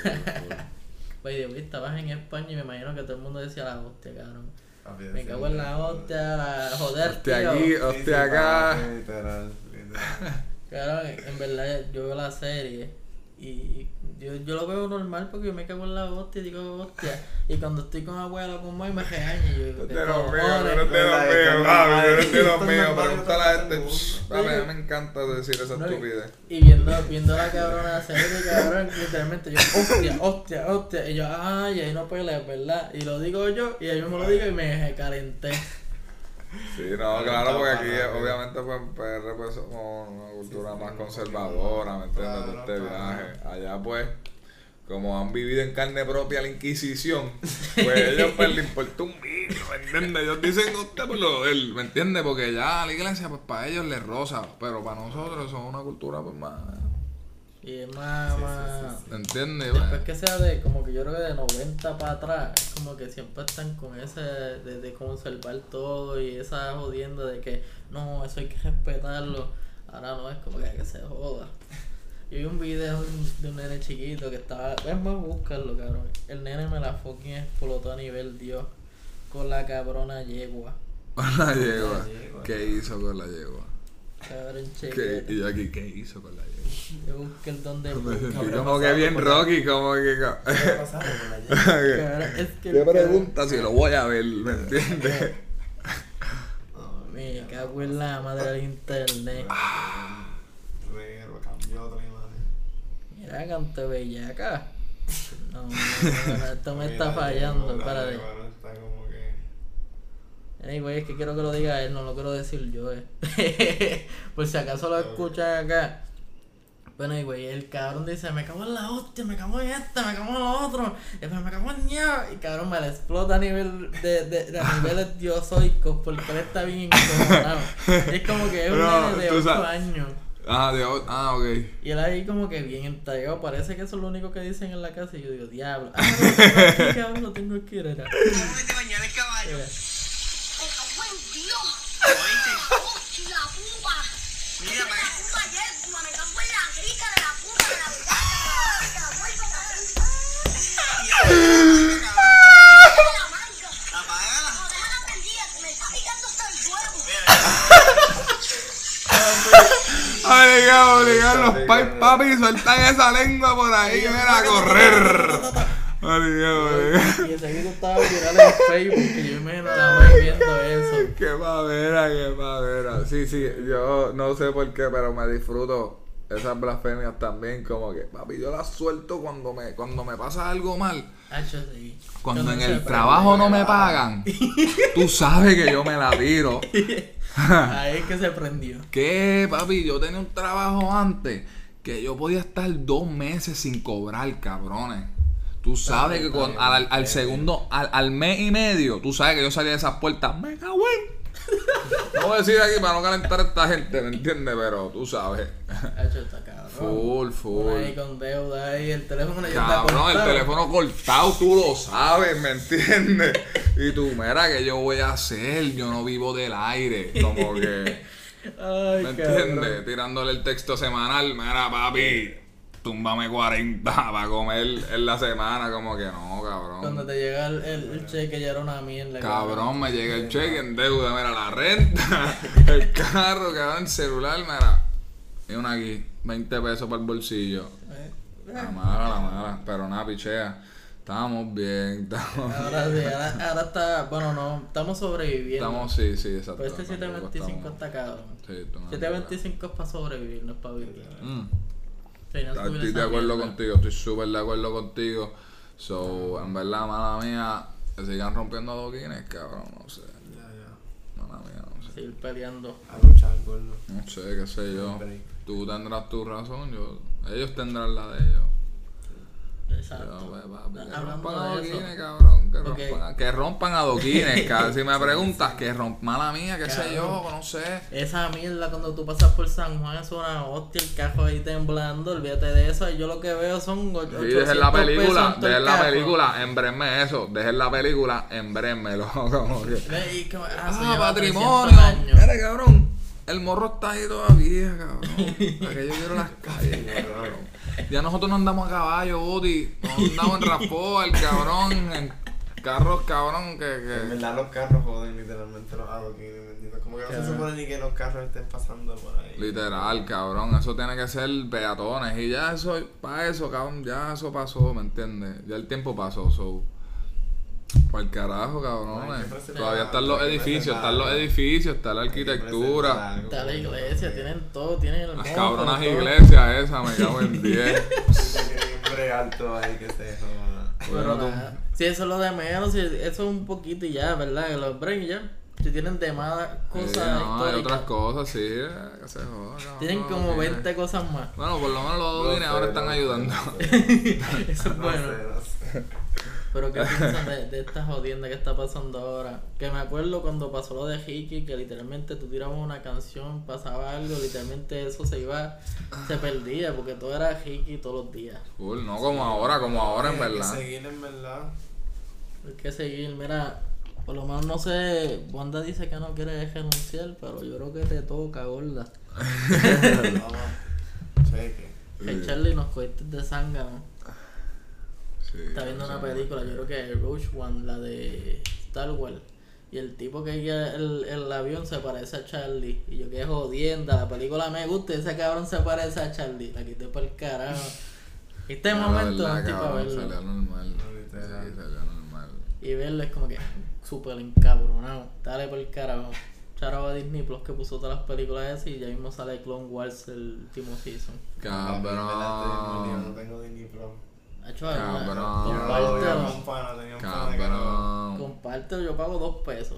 Oye, Dios, estabas en España y me imagino que todo el mundo decía la hostia, cabrón. Papi, Me sí, cago en la hostia, la joder, Hostia tío. aquí, Sí, hostia sí, acá. papi, literal, literal. Cabrón, en verdad yo veo la serie y yo, yo lo veo normal porque yo me cago en la hostia y digo hostia. Y cuando estoy con abuela con mamá y me regaña y yo digo, ¿qué De los míos, cojones? de los míos, Verdad, es que papi, no, de los esto es míos. normal, Pregúntale a la esto gente. es Shh, papi, a mí me encanta decir esa No, estupidez. Y viendo, viendo la cabrona serie, cabrón, literalmente yo, hostia, hostia, hostia. Y yo, ay, ahí no peleas, ¿verdad? Y lo digo yo, y ellos me lo digo y me calenté. Sí, no, claro, porque aquí obviamente pues en P R pues somos una cultura más conservadora, ¿me entiendes? De este viaje. Allá pues, como han vivido en carne propia la Inquisición, pues ellos pues les importa un bicho, ¿me entiendes? Ellos dicen usted por lo de él, ¿me entiendes? Porque ya la iglesia pues para ellos les rosa, pero para nosotros son una cultura pues más, Y es más, Sí, sí, más... sí, ¿me entiendes? Después que sea de, como que yo creo que de noventa para atrás, es como que siempre están con ese de, de conservar todo y esa jodienda de que no, eso hay que respetarlo. Ahora no, es como que, que se joda. Yo vi un video de un, de un nene chiquito que estaba, es más, búscalo, cabrón. El nene me la fucking explotó a nivel Dios con la cabrona yegua. Con la yegua. Con la yegua. ¿Qué hizo con la yegua? Cabrón, ¿Qué? chequete. Y yo aquí, ¿qué hizo con la yegua? Yo busqué el don de Me sentí habrá como que pasado bien con la- Rocky, como que... ¿Qué ha pasado con la yegua? Cabrón, es que ¿Qué el pregunta si lo voy a ver? ¿Me entiendes? No, Me cago en la madre del internet. Reguero, cambió otra imagen. Mira, canto bellaca. No, no, no, no, esto me está fallando, espérate. Bueno, está como que... Anyway, es que quiero que lo diga él, no lo quiero decir yo, eh. Por si acaso lo escuchan acá. Bueno, anyway, el cabrón dice, me cago en la hostia, me cago en esta, me cago en lo otro, y después me cago en ña. Y cabrón, me la explota a nivel de, de, de a niveles diosoicos porque él está bien incojonado. Es como que es un No, nene de tú ocho sabes. años. Ah, Dios, ah, ok. Y él ahí como que bien entregado, parece que eso es lo único que dicen en la casa. Y yo digo, diablo. Ah, no, lo tengo aquí, cabrón, lo tengo aquí, era. ¿Cómo que te bañar el caballo? Mira. ¡Me cago en Dios! ¿Oíste? ¡Hostia, puta! Mira, para que... puta yegua, me cago en la grica de la puta de la verdad. Te la vuelvo a hacer. ¡Apaga la manga! ¡Apágala! No, déjala prendida, que me está picando hasta el huevo. Obligado, obligado, los pais papi sueltan esa lengua por ahí, mira, a correr. Obligado, obligado. Y ese video estaba viral en Facebook, que yo me la voy viendo eso. Qué pavera, qué pavera. Sí, sí, yo no sé por qué, pero me disfruto esas blasfemias también, como que, papi, yo las suelto cuando me, cuando me pasa algo mal. Hacho, sí. Cuando en se el prende. trabajo no me pagan, tú sabes que yo me la tiro. Ahí es que se prendió. ¿Qué, papi? Yo tenía un trabajo antes que yo podía estar dos meses sin cobrar, cabrones. Tú sabes que con, al, al segundo, al, al mes y medio, tú sabes que yo salía de esas puertas, me cago en. No voy a decir aquí para no calentar a esta gente, ¿me entiendes? Pero tú sabes. Hacho, está cabrón. Full, full. Uno ahí con deuda ahí, el teléfono ya está Cabrón, el cortado. teléfono cortado, tú lo sabes, ¿me entiendes? Y tú, mira, ¿qué yo voy a hacer? Yo no vivo del aire. Como que, Ay, ¿me cabrón. entiendes? Tirándole el texto semanal, mira, papi, túmbame cuarenta para comer en la semana, como que no, cabrón. Cuando te llega el, el, el cheque ya era una mierda. Cabrón, me llega el cheque en deuda, mira, la renta, el carro, cabrón, el celular, mira. Y una aquí, veinte pesos para el bolsillo. Eh, La mala, la mala, pero nada, pichea. Estamos bien, estamos Ahora sí, ahora, ahora está, bueno, no, estamos sobreviviendo. Estamos, sí, sí, exacto. Pero este siete tampoco veinticinco estamos- está cabrón. Sí, tú no siete veinticinco es para sobrevivir, no es para vivir. Mm. Sí, no subir Estoy esa de acuerdo mierda. contigo, estoy súper de acuerdo contigo. So, en verdad, mala mía, que sigan rompiendo adoquines, cabrón, no sé. Ya, ya. Mala mía, no sé. Seguir peleando. A luchar, gordo. No sé, qué sé yo. Break. Tú tendrás tu razón, yo, ellos tendrán la de ellos. Exacto. Yo, pues, papi, que Hablando rompan de adoquines, eso. cabrón. Que, Porque- rompan, que rompan adoquines, cabrón. Si me preguntas, que rompan, mala mía, qué sé yo, Cabrón. no sé. Esa mierda cuando tú pasas por San Juan es una hostia, el cajo ahí temblando, olvídate de eso. Y yo lo que veo son ocho- Sí, dejen la ochocientos pesos película, en todo el dejen la cajo. película, embrenme eso, dejen la película, embrenmelo, como que... Ve, y como, ah, eso Ah, lleva patrimonio. trescientos años. Mira, cabrón. El morro está ahí todavía, cabrón. Para que yo quiero las calles, cabrón. Ya nosotros no andamos a caballo, Boti. No andamos en Raspol, cabrón. En carros, cabrón, que... En que... verdad los carros joden literalmente los adoquines, ¿me entiendes? Como que no se Claro. supone ni que los carros estén pasando por ahí. Literal, cabrón. Eso tiene que ser peatones. Y ya eso, para eso, cabrón, ya eso pasó, ¿me entiendes? Ya el tiempo pasó, so... Para el carajo, cabrón. Ay, qué preservar, Todavía están los hay que edificios, están preservar. los edificios, está la Hay que arquitectura. preservar algo, Está la gordo. iglesia, tienen todo, tienen el Las monte, cabronas todo. iglesias esas, me cago en diez. Siempre alto ahí que se joda. Pero Bueno, tú- nada, si eso es lo de menos, si eso es un poquito y ya, ¿verdad? Que los breaks ya, si tienen demás cosas Sí, no, hay históricas, otras cosas, sí, eh, que se joda, cabrón, tienen los como adoquines. veinte cosas más. Bueno, por lo menos los adoquines ahora están ayudando. Eso es No bueno. sé, no sé. Pero ¿qué piensan de, de esta jodienda que está pasando ahora? Que me acuerdo cuando pasó lo de Hiki, que literalmente tú tirabas una canción, pasaba algo, literalmente eso se iba, se perdía, porque todo era Hiki todos los días. Cool, no como ahora, como ahora en Hay que verdad. seguir en verdad. Hay que seguir, mira, por lo menos no sé, Wanda dice que no quiere renunciar, pero yo creo que te toca, gorda. Vamos. Cheque. Que Charlie nos cogiste de zángano. Sí, Está viendo sí, una sí. película, yo creo que es Rogue One, la de Star Wars. Y el tipo que guía el, el avión se parece a Charlie. Y yo que jodienda, la película me gusta y ese cabrón se parece a Charlie. La quité por el carajo. Este No, la momento no verdad, estoy para cabrón, verlo. salió normal. No, literal. Sí, salió normal. Y verlo es como que súper encabronado. Dale por el carajo. Charo a Disney Plus que puso todas las películas esas y ya mismo sale Clone Wars el último season. Papi, en verdad estoy muy lío, no Cabrón. tengo Disney Plus. Hacho, Cabrón. Yo no lo compártelo. un pana, tenía un pana que no. Cabrón. Compártelo, yo pago dos pesos.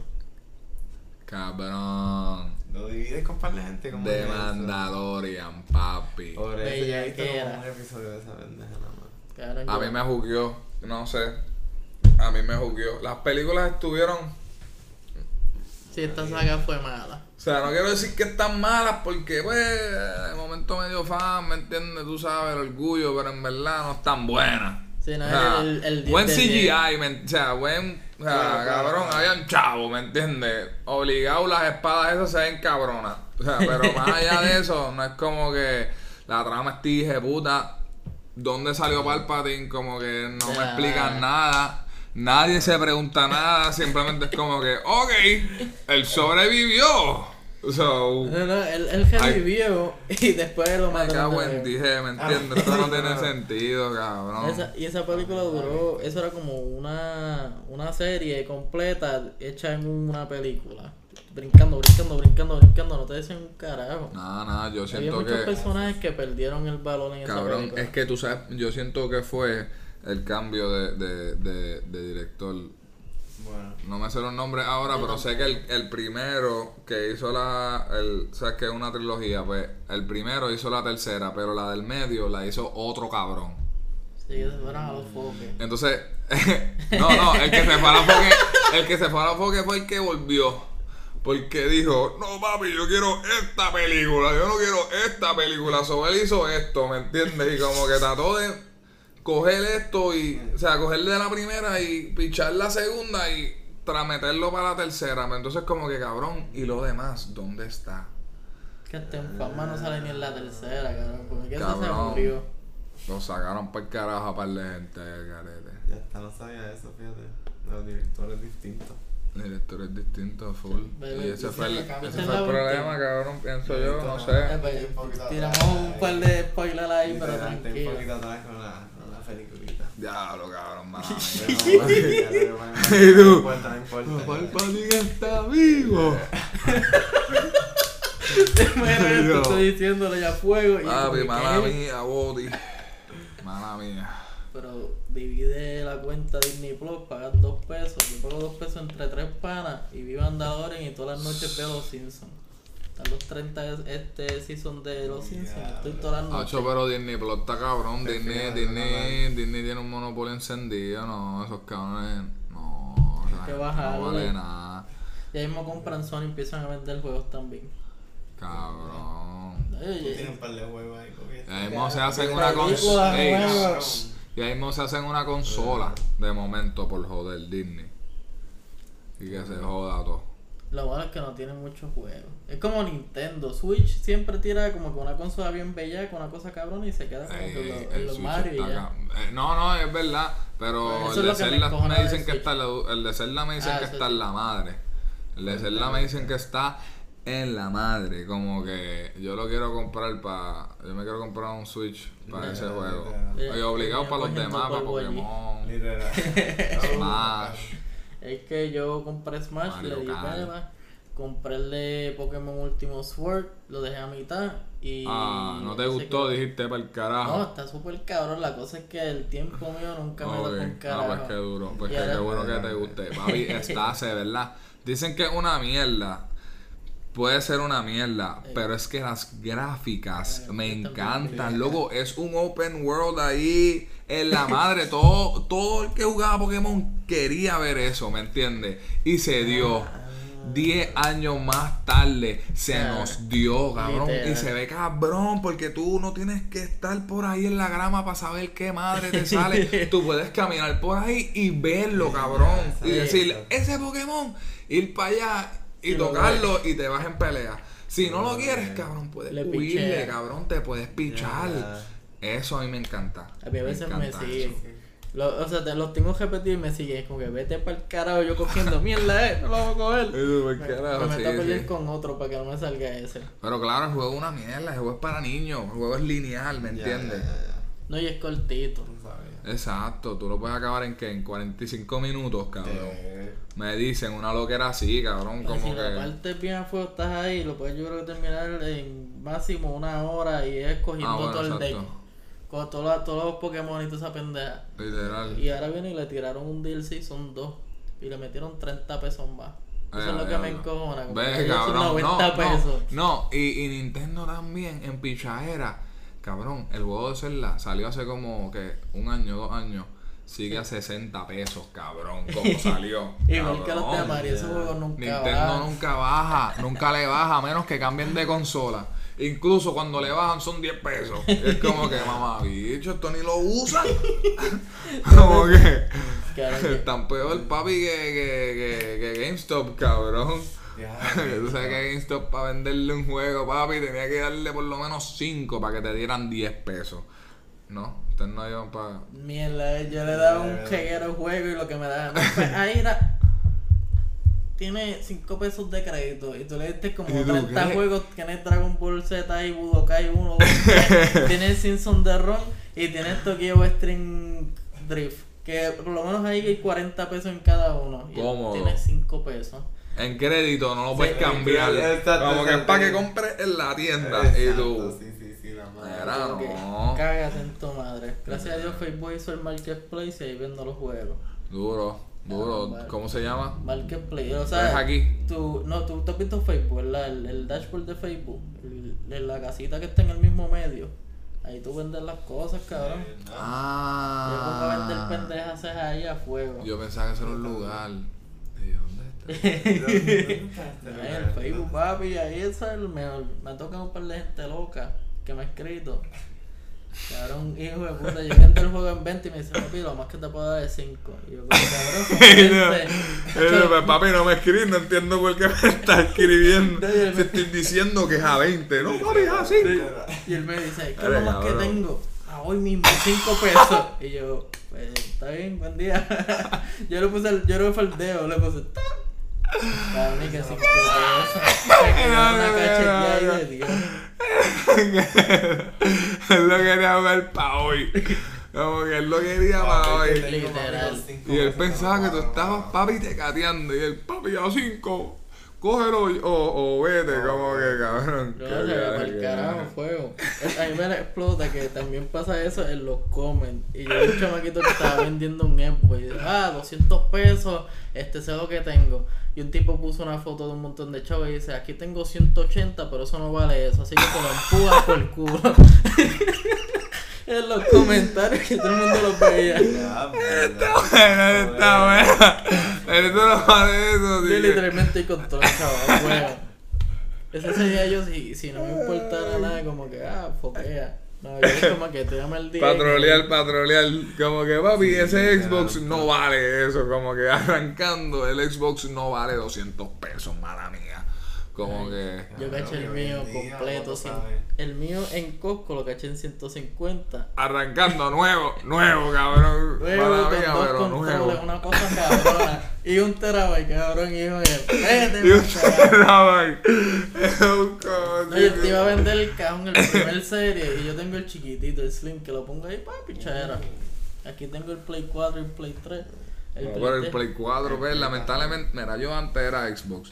Cabrón. Lo divides con par de gente como De que eso. Mandalorian, papi. Por eso ya he visto Bellaquera. como un episodio de esa pendeja nada más. Cabrón, A yo- mí me jugueó, no sé. A mí me jugueó. Las películas estuvieron. Sí, esta saga fue mala. O sea, no quiero decir que están malas porque, pues, de momento medio fan, ¿me entiendes? Tú sabes, el orgullo, pero en verdad no están buenas. Sí, no, O sea, el, el, el buen diez C de G diez. I, ¿me- o sea, buen, o sea, Claro, claro, cabrón, claro. habían chavos, ¿me entiendes? Obligado las espadas esas se ven cabronas. O sea, pero más allá de eso, no es como que la trama es tije, puta. ¿Dónde salió Palpatine? Como que no me Ya. explican nada. Nadie se pregunta nada, simplemente es como que, ok, él sobrevivió. So, No, no, él, él revivió y después lo me mataron. cago de en nuevo. dije, ¿me entiendes? Esto no tiene sentido, cabrón. Esa, y esa película duró, eso era como una, una serie completa hecha en una película. Brincando, brincando, brincando, brincando, no te decían un carajo. Nada, nada, yo Había siento muchos que... personajes que perdieron el balón en esa Cabrón, película. es que tú sabes, yo siento que fue el cambio de, de, de, de director. Bueno. No me sé los nombres ahora, pero sé que el, el primero que hizo la... El, sabes que es una trilogía, pues el primero hizo la tercera, pero la del medio la hizo otro cabrón. Sí, se fueron a los foques. Entonces, no, no, el que se fue a la foque, el que se fue a la foque fue el que volvió. Porque dijo, no papi, yo quiero esta película, yo no quiero esta película. So él hizo esto, ¿me entiendes? Y como que trató de coger esto y, o sea, coger de la primera y pichar la segunda y tras meterlo para la tercera. Entonces como que cabrón, ¿y lo demás dónde está? Que hasta en fama no sale ni en la tercera, cabrón. Porque que eso se Cabrón. murió. Lo sacaron para el carajo a par de gente, carete. Ya está, no sabía eso, fíjate. Los directores distintos. El director es distinto, full. Bebé, Y ese fue el, ese ese es fue la el problema, última. cabrón, pienso Yo yo, he visto no nada. sé. Eh, pues, un poquito tiramos atrás un ahí. par de spoilers ahí, pero Literal, estoy un tranquilo. poquito atrás con la, con la peliculita. Diablo, cabrón, mami. Pero, bueno, ya te digo, bueno, Y tú, no importa, no importa. Palpatine está vivo. Mira, te estoy diciéndole ya fuego. Y yo Papi, como que, mala ¿qué? mía, Boti. Mala mía. Pero divide la cuenta Disney Plus, pagas dos pesos. Yo pago dos pesos entre tres panas y vivo Mandalorian y todas las noches veo Los Simpsons. Están los treinta este season de Los Simpsons. Estoy todas las noches. Hacho, pero Disney Plus está cabrón. Te Disney, fijas, Disney, Disney tiene un monopolio encendido. No, esos cabrones. No, o sea, que no bajarle. vale nada. Y ahí mismo compran Sony y empiezan a vender juegos también. Cabrón. Tú Oye, tienes un par de juegos ahí, porque Y ahí mismo se hacen una películas, consola. juegos. Y ahí mismo se hacen una consola de momento por joder Disney. Y que se joda todo. lo bueno es que no tiene muchos juegos. Es como Nintendo. Switch siempre tira como que una consola bien bella con una cosa cabrona y se queda como Ey, que ey, lo- el en los Switch Mario y está ya. acá. Eh, No, no, es verdad. Pero Eso es el de lo que me Zelda encojona me del dicen que Switch. está en la, el de Zelda me dicen Ah, que eso está sí. en la madre. El de Zelda me dicen que está en la madre. Como que yo lo quiero comprar para. Yo me quiero comprar un Switch para Ya, ese ya, juego. ya. Y obligado Ya para los cogiendo demás, para polvo allí. Pokémon, Literal. Smash. Es que yo compré Smash, Mario le di Kart. pela, compré el de Pokémon Último Sword, lo dejé a mitad y... Ah, no te se gustó, quedó. dijiste para el carajo. No, está súper cabrón, la cosa es que el tiempo mío nunca me Ok, lo con ah, carajo. pues qué duro, pues Y que ahora- qué bueno que te guste. Papi, está hace, ¿verdad? Dicen que es una mierda. Puede ser una mierda, Eh. pero es que las gráficas Eh, me están encantan, bien. loco. Es un open world ahí en la madre. Todo, todo el que jugaba Pokémon quería ver eso, ¿me entiendes? Y se dio. Ah. Diez años más tarde se Ah, nos dio, cabrón. literal. Y se ve cabrón, porque tú no tienes que estar por ahí en la grama para saber qué madre te sale. Tú puedes caminar por ahí y verlo, cabrón. Y Sí, decir, exacto. ese Pokémon, ir para allá y Y lo tocarlo y te vas en pelea. Si no lo Sí. quieres, cabrón, puedes Le huirle, pichea. cabrón, te puedes pichar. Ya. Eso a mí me encanta. A mí a veces me, encanta sigue. eso. Lo- o sea, te los tengo repetido y me sigue. Es como que vete para el carajo yo cogiendo mierda, eh, no lo voy a coger. Eso, por Me, carajo, me meto sí, a pelear sí. con otro para que no me salga ese. Pero claro, el juego es una mierda, el juego es para niños, el juego es lineal, ¿me Ya, entiendes? ya, ya, No, y es cortito. ya. No sabía. Exacto, tú lo puedes acabar en que en cuarenta y cinco minutos, cabrón. Eh, Me dicen una loquera así, cabrón, Pero como si la que. parte bien a fuego estás ahí, lo puedes yo creo que terminar en máximo una hora y es cogiendo Ah, bueno, todo el deck. exacto. Con todos los, todos los Pokémon y toda esa pendeja. Literal. Y ahora viene y le tiraron un D L C, son dos. Y le metieron treinta pesos más. Eso Eh, es lo que me diablo. encojona. como Ve, que ellos son cabrón, no, noventa pesos. no, no, y, y Nintendo también, en pichadera, cabrón, el juego de Zelda salió hace como que un año, dos años, sigue a sesenta pesos, cabrón, como salió. Igual que los de cabrón. Mario, esos juegos nunca Nintendo van. nunca baja, nunca le baja, a menos que cambien de consola. Incluso cuando le bajan son diez pesos. Es como que, mamá, bicho, esto ni lo usan. Como que Claro que- están peor, papi, que, que, que, que GameStop, cabrón. ya, Que tú sabes que GameStop para venderle un juego, papi, tenía que darle por lo menos cinco para que te dieran diez pesos. No, ustedes no iban para... Mierda, yo le daba un Mierda. jeguero al juego y lo que me daba. No, pues, ahí era. Tiene cinco pesos de crédito y tú le diste como ¿Y tú treinta qué? juegos. Tienes Dragon Ball Z y Budokai uno, dos, tres. Tienes Simpson de Ron y tienes Tokyo Extreme Drift. Que por lo menos ahí hay cuarenta pesos en cada uno. Y Cómodo. tienes cinco pesos. En crédito no lo puedes Sí, cambiar. exacto, Como que es exacto. para que compres en la tienda. Y Exacto, tú... sí, sí, sí, la madre. Era, Como que no. cágate en tu madre. Gracias a Dios Facebook hizo el Marketplace y ahí vendo los juegos. Duro, duro. vale. ¿Cómo se llama? Marketplace, o ¿Es sea, aquí? tú, no, tú, tú has visto Facebook, ¿verdad? El, el dashboard de Facebook, el- el- la casita que está en el mismo medio. Ahí tú vendes las cosas, cabrón. Eh, no. Ah. Yo pongo a vender pendejas ahí a fuego. Yo pensaba que eso era un lugar. ¿Y dónde está? Ahí en el Facebook, papi, ahí es el mejor. Me ha tocado un par de gente loca que me ha escrito. Cabrón, hijo de puta, yo vendo el juego en veinte y me dice, papi, lo más que te puedo dar es cinco. Y yo, pero cabrón, son veinte. Eh, pues, papi, no me escribes, no entiendo por qué me está escribiendo. No, yo- Te estoy diciendo que es a veinte. No, papi, es así. Y él me dice, es que Dale, lo más que cabrón. tengo. pa' hoy mismo, cinco pesos. Y yo, pues, está bien, buen día. yo le puse, el, yo le faldeo, le puse, la única cinco pesos. Me quedó una cacheteada ahí de Dios. Él lo quería jugar pa' hoy. Como que él lo quería pa' hoy. Literal. Y él pensaba que tú estabas, papi, tecateando. Y él, papi, a cinco. Cógelo y- o, o vete, como que cabrón. No, que se ve viaje, para el que carajo, viaje. fuego. A mí me explota que también pasa eso en los comments. Y yo vi un chamaquito que estaba vendiendo un Xbox y dije, ah, doscientos pesos, este es lo que tengo. Y un tipo puso una foto de un montón de chavos y dice, aquí tengo ciento ochenta, pero eso no vale eso, así que te lo empujas por el culo. En los comentarios que todo el mundo lo veía. Ya, Está buena, está buena. Pero eso no vale eso, Yo tío. literalmente con todo el chaval, bueno. Ese sería yo si, si no me importara nada, como que, ah, foquea. No, yo es como que te llama el día. Patrolear, patrolear. Como que, papi, ese Xbox no vale eso. Como que arrancando, el Xbox no vale doscientos pesos, mala mía. Como que. Yo caché el Hoy en mío día, completo, uno cien- sabe. el mío en Costco lo caché en ciento cincuenta. Arrancando nuevo, nuevo, cabrón. Luego Mala con mía, dos pero controles, nuevo. una cosa cabrona. Y un terabyte, cabrón, y yo, vete, Y un carajo. terabyte. Es un coño. No, yo te iba a vender el cajón, el primer serie, y yo tengo el chiquitito, el slim, que lo pongo ahí para pichadera. Aquí tengo el Play cuatro y el Play tres. El No, Play pero el tres. Play cuatro, pues, lamentablemente, mira, yo antes era Xbox.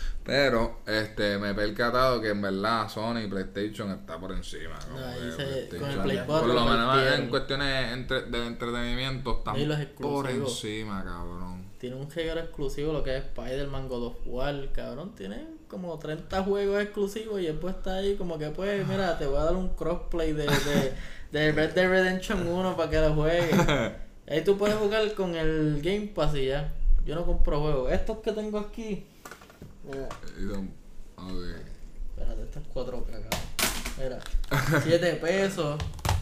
Pero, este, me he percatado que en verdad Sony y PlayStation está por encima. como No, ahí que se- con el PlayStation, Play por cuatro lo lo menos partieron. en cuestiones entre, de entretenimiento están Y los por exclusivos. encima, cabrón. Tiene un juego exclusivo, lo que es Spider-Man, God of War, cabrón. Tiene como treinta juegos exclusivos y después está ahí como que pues, mira, te voy a dar un crossplay de, de, de Red Dead Redemption uno para que lo juegues. Ahí tú puedes jugar con el Game Pass y ya. Yo no compro juegos. Estos que tengo aquí. Mira, Y son- ok. espérate, estos es cuatro K, cabrón. Mira, siete pesos,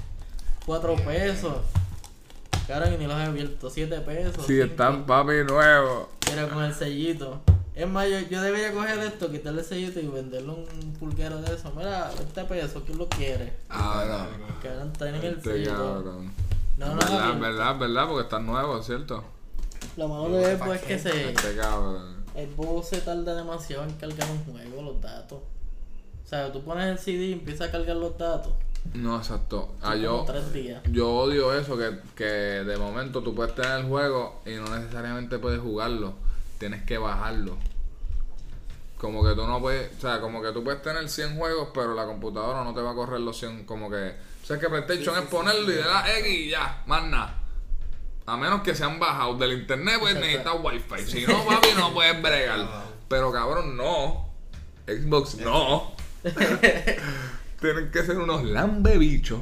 cuatro pesos. Cabrón, y ni los he abierto, siete pesos. Sí, cinco. están papi nuevos. Pero con el sellito. Es más, yo, yo debería coger esto, quitarle el sellito y venderle un pulguero de eso. Mira, veinte pesos, ¿quién lo quiere? Ah, Que ahora tienen el Este sellito. cabrón. No, no, verdad, no. verdad, verdad, porque están nuevos, ¿cierto? Lo malo de Xbox es que se. Este cabrón. Xbox se tarda demasiado en cargar un juego, los datos. O sea, tú pones el C D y empieza a cargar los datos. No, exacto. Ah, Son yo, como tres días. yo odio eso, que, que de momento tú puedes tener el juego y no necesariamente puedes jugarlo. Tienes que bajarlo. Como que tú no puedes, o sea, como que tú puedes tener cien juegos, pero la computadora no te va a correr los cien, como que... O sea, que PlayStation Sí, sí, es ponerlo sí, y sí. le das X y ya, más nada. A menos que sean bajados del internet, pues Exacto. necesitas wifi. Si no, papi, no puedes bregar. Pero cabrón, no. Xbox, no. Tienen que ser unos lambebichos.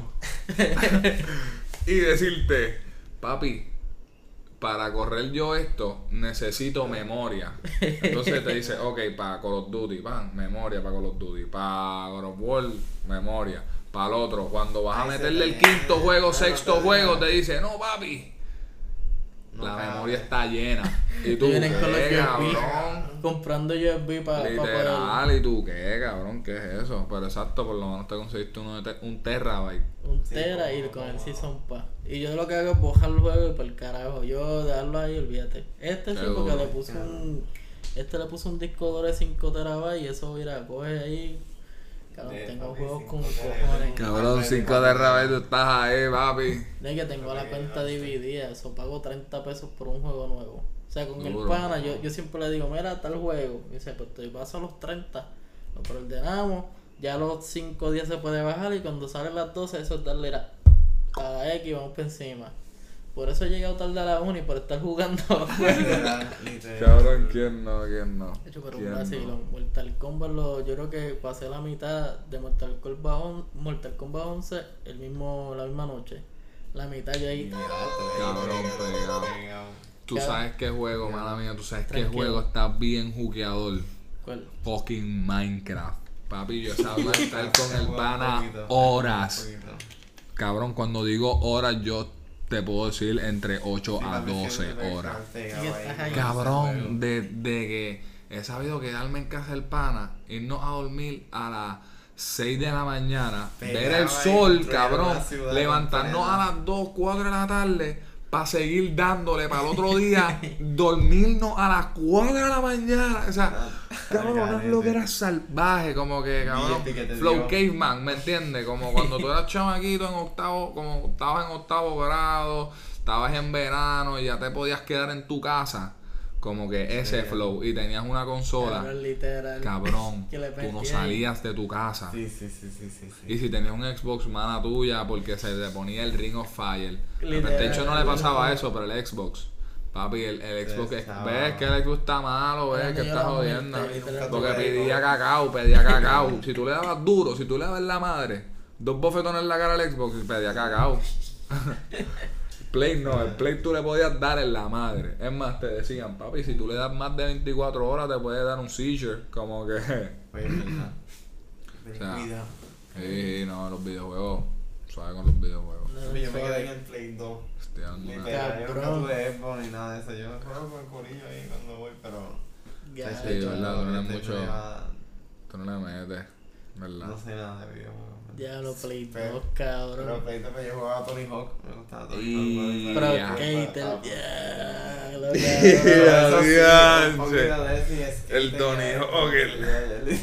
Y decirte, papi, para correr yo esto, necesito memoria. Entonces te dice, ok, para Call of Duty, pan, memoria para Call of Duty. Para God of War, memoria. Para el otro, cuando vas a Ahí se meterle el te- quinto juego, no, sexto no te juego, deja. te dice, no, papi. No La cabe. memoria está llena. Y tú, Vienen con los ¿qué, U S B. cabrón? Comprando U S B para poder. Literal, ¿y tú qué, cabrón? ¿Qué es eso? Pero exacto, por lo menos te conseguiste uno de te- un terabyte. Un Sí, tera como- y con el Season Pass. Y yo lo que hago es bajar el juego y por el carajo. Yo dejarlo ahí, olvídate. Este sí, Qué porque duro. le puse un. Este le puse un disco duro de cinco terabytes y eso, mira, coge ahí. Cabrón, De, tengo papi, juegos cinco con terabytes. cojones. Cabrón, cinco terabytes, tú estás ahí, papi. No es que tengo la cuenta dividida, eso pago treinta pesos por un juego nuevo. O sea, con el Duro. pana, yo, yo siempre le digo, mira, tal juego. Y dice, pues te paso los treinta, lo preordenamos, ya a los cinco días se puede bajar y cuando salen las doce, eso es darle a la X y vamos por encima. Por eso he llegado tarde a la una y por estar jugando los juegos. Literal, literal. Cabrón, ¿quién no? ¿Quién no? De hecho, pero ¿Quién un vacilo. no? Mortal Kombat, lo, yo creo que pasé la mitad de Mortal Kombat, on- Mortal Kombat once el mismo, la misma noche. La mitad yo ahí. Cabrón, pegado. Tú Cabrón. sabes qué juego, mala mía, tú sabes qué Tranquilo. juego está bien juqueador. ¿Cuál? Fucking Minecraft. Papi, yo sabía estar con el Un pana poquito, horas. un poquito. Cabrón, cuando digo horas, yo te puedo decir entre ocho Sí, a papi, doce siempre horas. pegado Sí, ahí estás con ahí. ese Cabrón, juego. de, de que he sabido quedarme en casa del pana, irnos a dormir a las seis de la mañana, Pegaba ver el ahí sol, dentro de cabrón, una ciudad levantarnos completa. a las dos, cuatro de la tarde para seguir dándole para el otro día, dormirnos a las cuatro de la mañana. O sea, cabrón, Al lo que garete. era salvaje, como que, cabrón, Billete que te flow dio. caveman, ¿me entiendes? Como cuando tú eras chamaquito en octavo, como estabas en octavo grado, estabas en verano y ya te podías quedar en tu casa. Como que ese Sí. flow, y tenías una consola, Cabrón, literal. cabrón, Que le tú no metí salías de tu casa. Sí, sí, sí, sí, sí, sí. Y si tenías un Xbox, mala tuya, porque se te ponía el Ring of Fire. A Literal. PlayStation no le pasaba eso, pero el Xbox. Papi, el, el Xbox, es, estaba- ves que el Xbox está malo, ves Grande que yo está la jodiendo. muerte, literal. Porque Nunca tuve pedía Xbox. cacao, pedía cacao. Si tú le dabas duro, si tú le dabas en la madre, dos bofetones en la cara al Xbox y pedía cacao. Play no, el Play tú le podías dar en la madre. Es más, te decían, papi, si tú le das más de veinticuatro horas te puede dar un seizure. Como que... Oye, es verdad. Ten O sea, cuidado. Sí, no, los videojuegos. Suave con los videojuegos. No, Yo me quedé suave. en el Play dos. Estoy dando una- Literal, yo nunca Cabrón. tuve Xbox ni nada de eso. Yo juego con el corillo ahí cuando voy, pero... Ya, Sí, de hecho, verdad, tú no eres este, mucho- me lleva- Tú no le metes, ¿verdad? No sé nada de videojuegos. ya lo Play Pero- dos, Pero cabrón. Play dos yo jugaba a Tony Hawk. Me gustaba Tony Y- Hawk. Pero Ya. Kater, ya, lo Ya, cabrón. dianche. El Tony Hawk, el-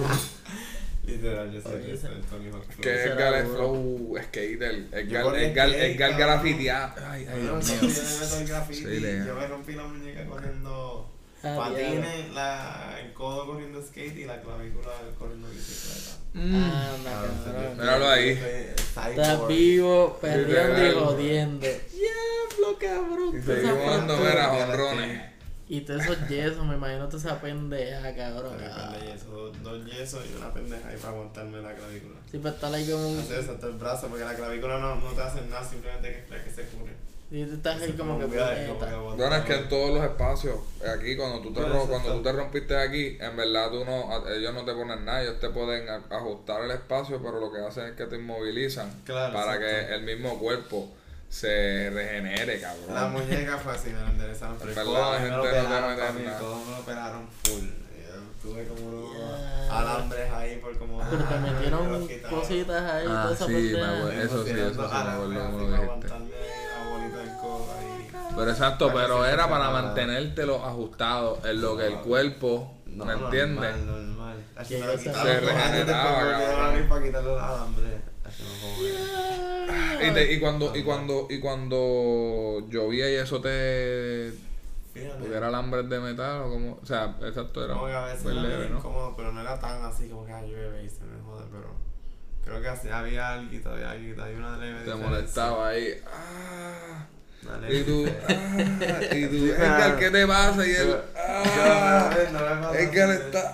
Literal, yo soy Oye, yo soy el Tony Hawk. Que Será Edgar es duro. flow skater. Yo Edgar, ponía Edgar, skate, Edgar cabrón. grafiteado. Ay, ay, Yo Dios me mío. meto el graffiti, Sí, le- yo me rompí la muñeca corriendo Ah, patines, la, el codo corriendo skate y la clavícula corriendo bicicleta. Mm. Anda, Cabrón, cabrón. Míralo ahí. Estás Estás vivo, perdiendo y Literal. jodiendo. Diablo, cabrón. Y Toda esa seguimos dando, fractura. mira, fractura. honrones. Y todos esos yesos, me imagino toda esa pendeja, cabrón. Ah. Dos, dos yesos y una pendeja ahí para aguantarme la clavícula. Sí, para estar ahí como un... Hacer eso hasta el brazo porque la clavícula no, no te hace nada, simplemente que espera que se cure. Y tú estás ahí como que puñeta. Bueno, es que en todos los espacios, aquí cuando tú te, Bueno, ro- eso cuando está- tú te rompiste aquí, en verdad tú no, a- ellos no te ponen nada, ellos te pueden a- ajustar el espacio, pero lo que hacen es que te inmovilizan Claro, para exacto. que el mismo cuerpo se regenere, cabrón. La muñeca fue así, me la enderezaron, pero el ¿Verdad? codo La a mí me lo gente no te operaron, mete papi, el nada. codo me lo operaron full. Yo tuve como unos Ya. alambres ahí por como... Pero te Ah, me metieron los quitaron. cositas ahí, Ah, toda esa sí, me pendeja. acuerdo. Me Eso sí, pusieron eso dos sí, me alambres acuerdo así cómo lo para dijiste. aguantarme la bolita del codo ahí. Pero exacto, Para que pero se era te para pegara. mantenértelo ajustado en lo que el No. cuerpo, No, ¿me entiendes? normal, normal. Así Que me lo eso quitaron se dos años regeneraba, después volvieron a cabrón. abrir para quitarle los alambres. Así no puedo ver. Y, te- y cuando y cuando y cuando llovía y eso te Fíjate. porque era alambres de metal o como, o sea, exacto, era Como que a veces muy era leve, medio ¿no? incómodo, pero no era tan así como que ah, llueve y se me jode, pero creo que así había algo, había algo, había una leve Te diferencia. molestaba ahí. Ah, Una leve y tú, diferencia. ah, y tú, Sí, Edgar, claro. ¿qué te pasa? Y él, Yo- ah, yo, no me pasa Edgar así. está,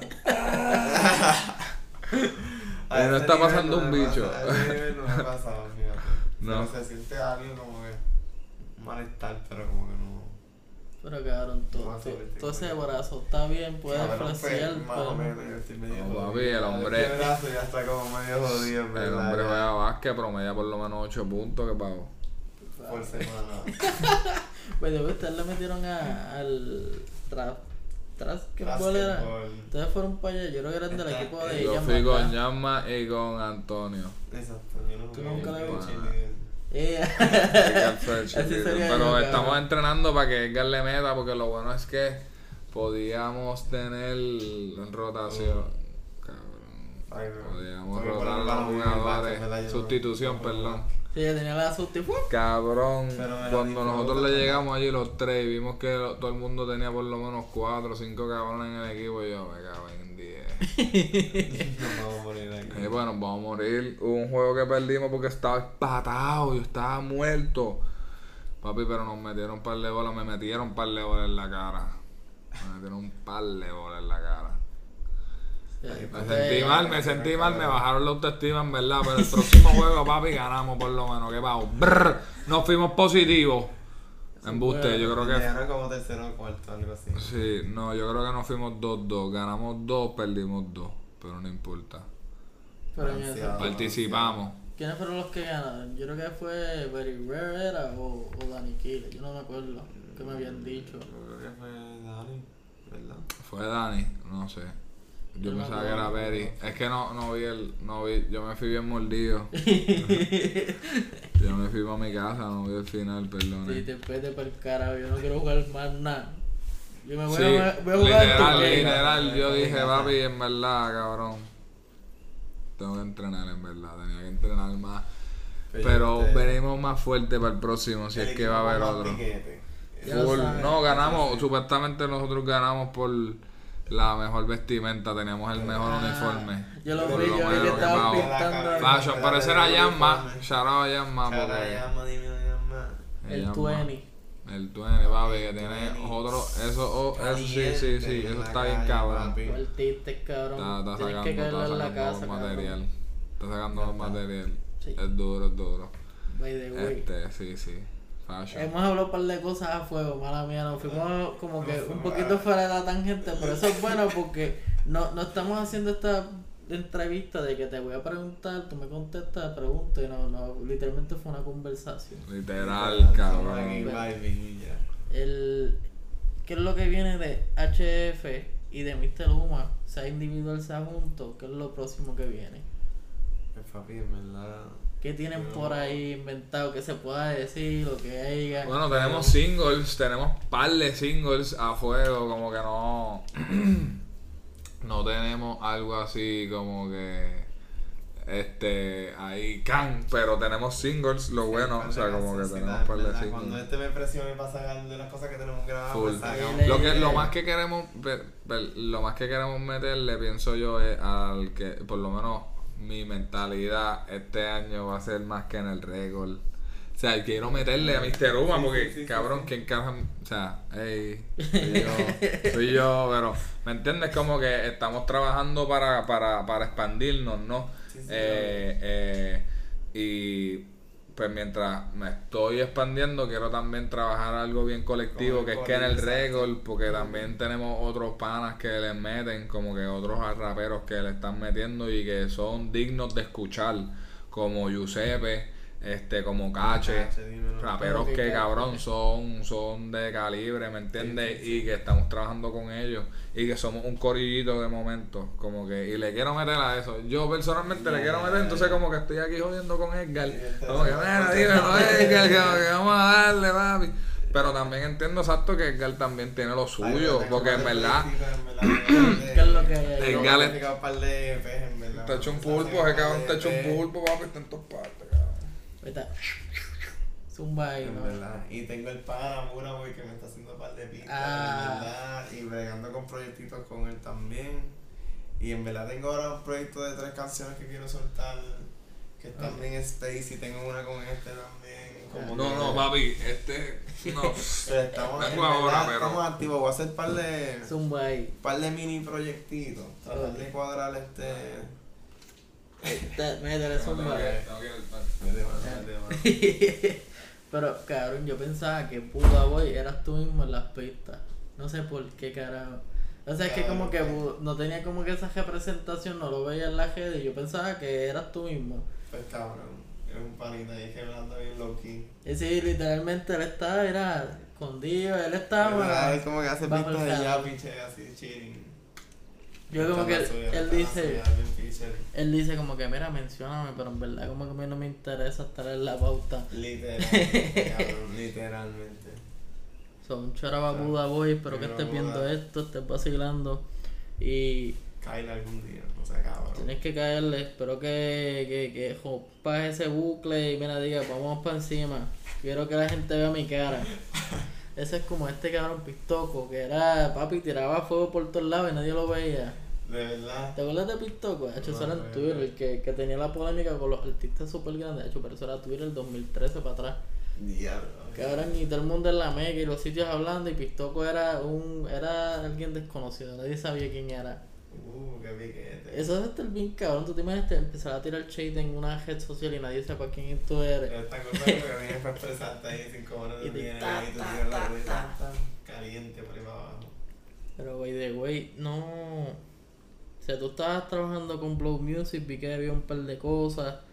A y no ese está nivel pasando no un me bicho. pasa, a ese nivel no me ha pasado, fíjate. No. Pero se siente algo como que un malestar, pero como que no. Pero cabrón, todo, No, sí, todo, sí, todo sí. ese brazo está bien, puedes Cabrón, flexiar, pues, más o pero... menos, yo estoy medio No, jodido. papi, el hombre- Este brazo ya está como medio jodido, en el verdad. hombre ya. juega básquet, promedia por lo menos ocho puntos, que pago. Por semana. Pues de ustedes le metieron a, al trap, tras ¿qué fútbol era? Basketball. Ustedes fueron para allá, yo creo que eran del Está- equipo de Yo ella. fui con Yama y con Antonio. Exacto, yo no Tú jugué nunca la en viste. cheerleader. Edgar fue el Así cheerleader. sería Pero yo, estamos cabrón. entrenando para que Edgar le meta, porque lo bueno es que podíamos tener en rotación. Cabrón. Ay, no. Podíamos Porque por rotar el a los balón, el básquet, jugadores. ¿verdad? Yo no- Sustitución, no- perdón. Sí, ella tenía la susto y ¡fum! Cabrón, Pero me la cuando disfruto nosotros le también. llegamos allí los tres y vimos que lo- todo el mundo tenía por lo menos cuatro o cinco cabrones en el equipo, y yo me cago en diez. No vamos a morir aquí. Y bueno, vamos a morir. Hubo un juego que perdimos porque estaba empatado, yo estaba muerto. Papi, pero nos metieron un par de bolas, me metieron un par de bolas en la cara. Me metieron un par de bolas en la cara. Sí, Me pues, sentí mal, me sentí mal, me bajaron la autoestima en verdad, pero el próximo juego, papi, ganamos por lo menos. ¿Qué pago? Brr, nos fuimos positivos. Embuste, yo creo que... Llegaron como tercero o cuarto, algo así. Sí, no, yo creo que nos fuimos dos dos. Ganamos dos, perdimos dos. Pero no importa. Pero en Balanceado. eso- Participamos. ¿Quiénes fueron los que ganaron? Yo creo que fue Very Rare era o, o Danny Kill, yo no me acuerdo. ¿Qué me habían dicho? Yo creo que fue Dani, ¿verdad? Fue Dani, no sé. Yo Yo no pensaba que era acuerdo. Betty. Es que no, no vi el. No vi, yo me fui bien mordido. Yo me fui para mi casa, no vi el final, perdón. Sí, te vete para el carajo, yo no quiero jugar más nada. Yo me voy, Sí, a, voy a jugar literal, tu game. literal, yo dije, papi, en verdad, cabrón. Tengo que entrenar, en verdad, tenía que entrenar más. Pero este, venimos más fuerte para el próximo, si el es que va a haber equipo con otro. más piquete. Ya Full. sabes. No, ganamos, Sí. supuestamente nosotros ganamos por la mejor vestimenta, teníamos el mejor Ah, uniforme. Yo lo Por vi, lo yo vi menos que que estaba más. pintando Fashion, pero ese era Yanma, Uniforme. shout out a Yanma, Chara, porque llama, dime, llama. el Yanma. veinte. El veinte, papi, que tiene veinte. otro, eso, oh, eso sí, sí, Caliente sí, en eso la está bien calle, cabrón. papi. Tú artiste, cabrón. Está, está Tienes sacando, que está caerlo en la sacando casa, material. cabrón. Está sacando los material. Sí. Es duro, es duro. By the way. Este, sí, sí. Fashion. Hemos hablado un par de cosas a fuego, mala mía, nos fuimos como que No, un fue- poquito fuera de la tangente, pero eso es bueno porque no, no estamos haciendo esta entrevista de que te voy a preguntar, tú me contestas la pregunta y no, no, literalmente fue una conversación. Literal, Estamos cabrón. aquí vibing y ya. El, ¿Qué es lo que viene de H F y de mister Uma? Sea individual, sea junto, ¿qué es lo próximo que viene? Pues papi, en verdad. ¿Qué tienen Yo- por ahí inventado que se pueda decir o que haya? Bueno, tenemos singles, tenemos par de singles a fuego, como que no. No tenemos algo así como que. Este. Ahí can, pero tenemos singles, lo bueno, o sea, como que tenemos par de Cuando singles. este me presione para sacar de las cosas que tenemos grabadas, Full. pues sacamos. Dile. Lo que lo más que queremos ver- ver- lo más que queremos meterle, pienso yo, es al que por lo menos mi mentalidad este año va a ser más que en el récord. O sea, quiero meterle a mister Uma Sí, porque, sí, sí, cabrón, sí. ¿quién carajo? O sea, hey, soy yo, soy yo, pero, ¿me entiendes? Como que estamos trabajando para, para, para expandirnos, ¿no? Sí, sí, eh, eh, y pues mientras me estoy expandiendo, quiero también trabajar algo bien colectivo, Con el que es que en el corillo, récord, exacto. porque también tenemos otros panas que les meten, como que otros raperos que le están metiendo y que son dignos de escuchar, como Giuseppe, este, como Cache, Cache, dímelo. raperos Ok, que Cache. cabrón son, son de calibre, ¿me entiendes? Sí, sí, sí. Y que estamos trabajando con ellos y que somos un corillito de momento, como que, y le quiero meter a eso. Yo personalmente le quiero meter, entonces como que estoy aquí jodiendo con Edgar, Sí, como que, mira, dímelo Edgar, como que vamos a darle, papi. Pero también entiendo exacto que Edgar también tiene lo suyo, porque en verdad ¿Qué es lo que hay ahí? El El Gale- Gale. Un par de E Pes, en verdad. te hecho un O sea, pulpo, ese cabrón te hecho un E Pes, pulpo, papi, está en todas partes, cabrón. Ahorita, zumba ahí, En ¿no? verdad. Y tengo el pana Mura, güey, que me está haciendo un par de pistas, Ah. en verdad. Y bregando con proyectitos con él también. Y en verdad tengo ahora un proyecto de tres canciones que quiero soltar. Que es también Space y tengo una con este también. Como No, que- no, papi, este, no. Pero estamos, en Vengo ahora, verdad, pero- estamos activos. Voy a hacer un par de, Zumba ahí. par de mini proyectitos. Tratar de cuadrar este. Te- Métele zumba ahí. Tengo que ir al parque. Mete mano, mete mano. Pero, cabrón, yo pensaba que Buda Boy eras tú mismo en las pistas. No sé por qué, carajo. O sea, es que como que Bu- no tenía como que esa representación, no lo veía en la red y yo pensaba que eras tú mismo. Pues cabrón, eres un panita y es que hablando bien low key. Y sí, literalmente él estaba, era escondido, él estaba... Es como que hace bajo pistas el de carro. ya pinche así chilling. Yo como que él, él dice... Él dice como que, mira, mencióname, pero en verdad como que a mí no me interesa estar en la pauta. Literalmente, cabrón, literalmente. Son choraba Buda Boy, espero que Pero estés viendo Buda. esto, estés vacilando. Y Caile algún día, no sea cabrón. tienes que caerle, espero que, que, que rompas ese bucle y mira, diga, vamos para encima. Quiero que la gente vea mi cara. Ese es como este cabrón Pistoco, que era, papi, tiraba fuego por todos lados y nadie lo veía. De verdad. ¿Te acuerdas de Pistoco? De hecho, eso No, era en no, Twitter, no. que, que tenía la polémica con los artistas súper grandes. De hecho, pero eso era Twitter el dos mil trece para atrás. Diablo. Cabrón, y todo el mundo en la mega y los sitios hablando y Pistoco era un era alguien desconocido, nadie sabía quién era. Uh, qué piquete. Eso debe estar bien cabrón, tú te imaginas te empezar a tirar shade en una red social y nadie sepa quién tú eres. Esta cosa que vienes para expresarte ahí cinco horas Y de te viene ta, ahí, tú ta, tiras la ta, rueda ta. tan caliente por ahí para abajo. Pero by the way, no. O sea, tú estabas trabajando con Blow Music, vi que había un par de cosas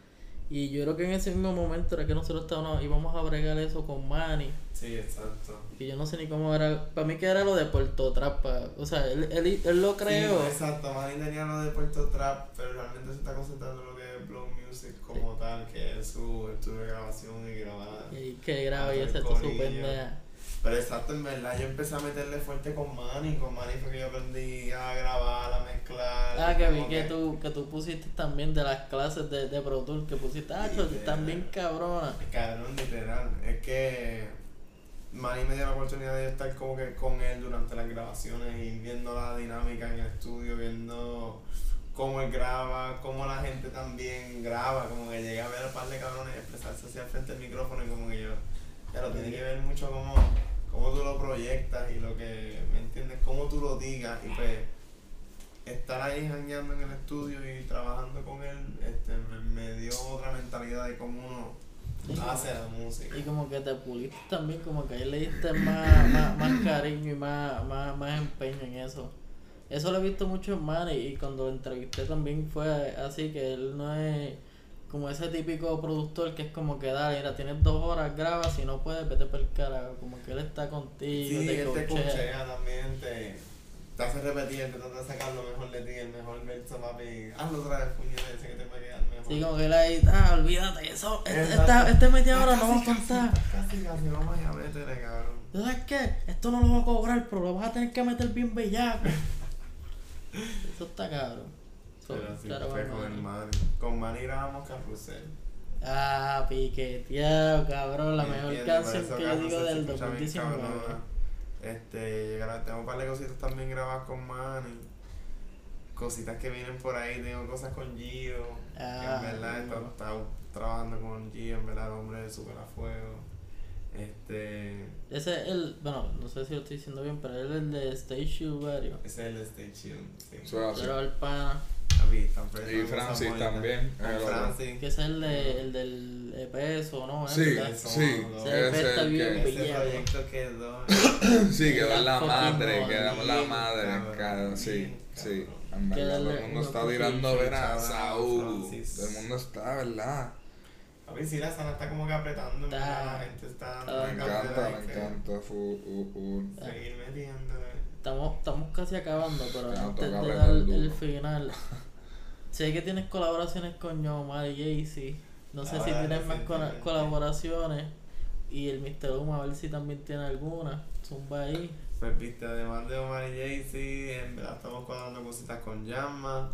Y yo creo que en ese mismo momento era que nosotros estábamos, íbamos a bregar eso con Manny. Sí, exacto. Y yo no sé ni cómo era. Para mí que era lo de Puerto Trap. pa- O sea, él, él, él lo creó. Sí, exacto, Manny tenía lo de Puerto Trap, pero realmente se está concentrando en lo que es Blow Music como tal, que es su estudio de grabación y grabar. Y que graba y hacer ese esto su corillo. pendeja. Pero exacto, en verdad yo empecé a meterle fuerte con Manny, con Manny fue que yo aprendí a grabar, a mezclar. Ah, que vi como que tú, que tú pusiste también de las clases de, de Pro Tool, que pusiste, ah, Sí, están bien cabronas. Cabrón, literal, es que Manny me dio la oportunidad de estar como que con él durante las grabaciones y viendo la dinámica en el estudio, viendo cómo él graba, cómo la gente también graba, como que llegué a ver a un par de cabrones expresarse hacia el frente del micrófono y como que yo, ya lo tiene que ver mucho cómo, cómo tú lo proyectas y lo que, ¿me entiendes? Cómo tú lo digas y pues estar ahí jangueando en el estudio y trabajando con él, este, me, me dio otra mentalidad de cómo uno hace la música. Y como que te puliste también, como que ahí le diste más, más, más cariño y más, más, más empeño en eso. Eso lo he visto mucho en Manny y cuando lo entrevisté también fue así, que él no es como ese típico productor que es como que dale, mira, tienes dos horas, graba, si no puedes, vete por el carajo. Como que él está contigo, Sí, te él te coachea. coachea también, te, te hace repetir, te trata de sacar lo mejor de ti, el mejor verso, papi. Hazlo otra vez, puñeta, ese que te va a quedar mejor. Sí, como que él ahí, ah, olvídate, eso, este, Exacto. esta, este media hora no Casi, va a casi, contar. Casi, casi, vamos a meterle, cabrón. ¿Tú sabes qué? Esto no lo va a cobrar, pero lo vas a tener que meter bien bellaco. Eso está cabrón. So, Pero sí, claro, fue bueno, con el bueno. Manny. Con Manny grabamos Carrusel. Ah, piqueteado, cabrón, la ¿Me mejor entiendes? Por canción eso que yo digo Carrusel se del escucha dos mil bien diecinueve. cabrona. Este, gra- tengo un par de cositas también grabadas con Manny. Cositas que vienen por ahí, tengo cosas con Gio. Ah, que en verdad he bueno. estado, estado trabajando con Gio, en verdad el hombre de super a fuego. Este, Ese es el, bueno, no sé si lo estoy diciendo bien, pero él es el de Stage Show Vario. ese es el de Stay Chill. Sí. Eso es así. Pero el pana, Papi, están Y frescos, Francis cosas bonitas. también, Con el otro. Francis. que es el, de, el del E P S o no, ¿eh? Sí, ¿verdad? Eso, sí, no, Se ese es respeta el bien, que... Ese Bellaco. proyecto quedó. Sí, que es la Fucking madre, no, que es la bien, madre, cabrón, cabrón, sí, bien, sí. cabrón. En Que verdad, todo darle el mundo unos está cuchillos, tirando ver a chaval, Saúl. Francis. Todo el mundo está, ¿verdad? A ver si la sana está como que apretando, en Está- verdad, la gente está está dando Me Me encanta, de me que encanta. Fu, uh, uh. seguir metiéndole. Estamos, estamos casi acabando, pero Ya, antes toca de apretar dar el duro. final, sé que tienes colaboraciones con Yomar y Jay-Z. No sé si Ahora, tienes más cola- recientemente. colaboraciones. Y el mister Uma, a ver si también tiene alguna. Zumba ahí. Pues viste, además de Omar y Jay-Z, en verdad estamos cuadrando cositas con Yamma.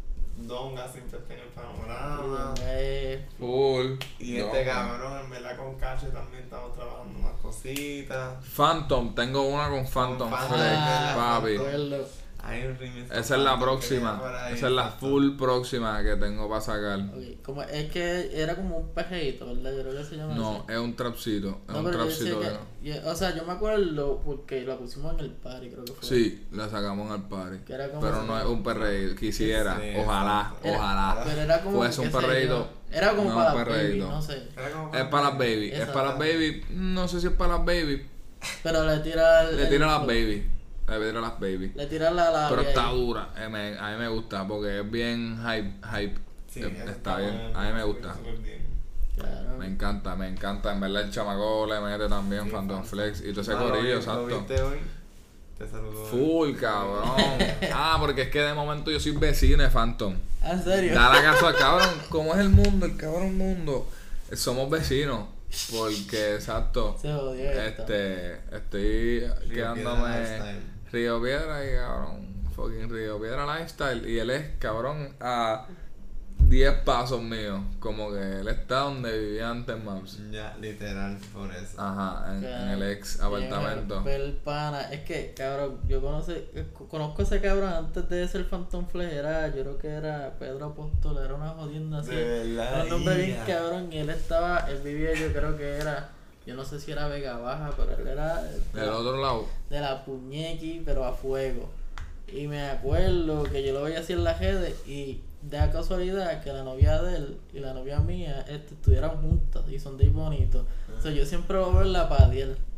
Donga siempre está en el panorama. Y, eh, Full. Y No, este man. cabrón, en verdad con Cache también estamos trabajando más cositas. Phantom, tengo una con Phantom Con Flex, Phantom, papi. Phantom. recuerdo. Hay un remix. con Esa es la Phantom que próxima. viene por ahí, Esa es la exacto. full próxima que tengo para sacar. Ok, como, es que era como un pejeito, ¿verdad? Yo creo que se llama No, así. es un trapcito. Es No, un pero yo decía trapcito. que- que- yo- o sea, yo me acuerdo porque la pusimos en el party, creo que fue. Sí, la sacamos al party. Que era como Pero si- no es un perreíto. Quisiera, Sí, ojalá, exacto. Era- ojalá. Pero era como. Fuese un qué sé yo, perreíto. Era como no para un las baby, perreíto. no sé. Era como Es para las baby, es para las baby. No sé si es para las baby. Pero le tira. el- Le el tira a las flow. baby. Le tira a las baby. Le tira la. la Pero V I. está dura. eh, me- A mí me gusta porque es bien hype. hype. Sí, Eh, eso está bien. bueno, A mí me súper, gusta. súper bien. Claro. Me encanta, me encanta. En verdad el chamaco le mete también Sí, Phantom Phantom. Flex y todo ese Ah, ¿lo corillo, vi- ¿Lo exacto. viste hoy? Te saludo. Full, cabrón. Ah, porque es que de momento yo soy vecino de Phantom. Ah, ¿en serio? Da la casa, cabrón. ¿Cómo es el mundo? El cabrón mundo. Somos vecinos. Porque, exacto. Se jodió esto. Este, estoy Río Piedra quedándome Lifestyle. Río Piedra y cabrón. Fucking Río Piedra Lifestyle. Y él es, cabrón, a diez pasos míos. Como que él está donde vivía antes Maps. Ya, literal, por eso. Ajá, en, en el ex Bien, apartamento. el pana. Es que, cabrón, yo conoce, conozco a ese cabrón antes de ser Phantom Flex. Era, yo creo que era Pedro Apóstol, era una jodienda así. De verdad. Un nombre bien ya. cabrón. Y él estaba, él vivía, yo creo que era, yo no sé si era Vega Baja, pero él era de, Del la, otro lado. de la puñequi, pero a fuego. Y me acuerdo que yo lo veía así en la redes y de la casualidad que la novia de él y la novia mía este, estuvieran juntas y son de ahí bonitos. O sea, yo siempre voy a ver la padiel. Y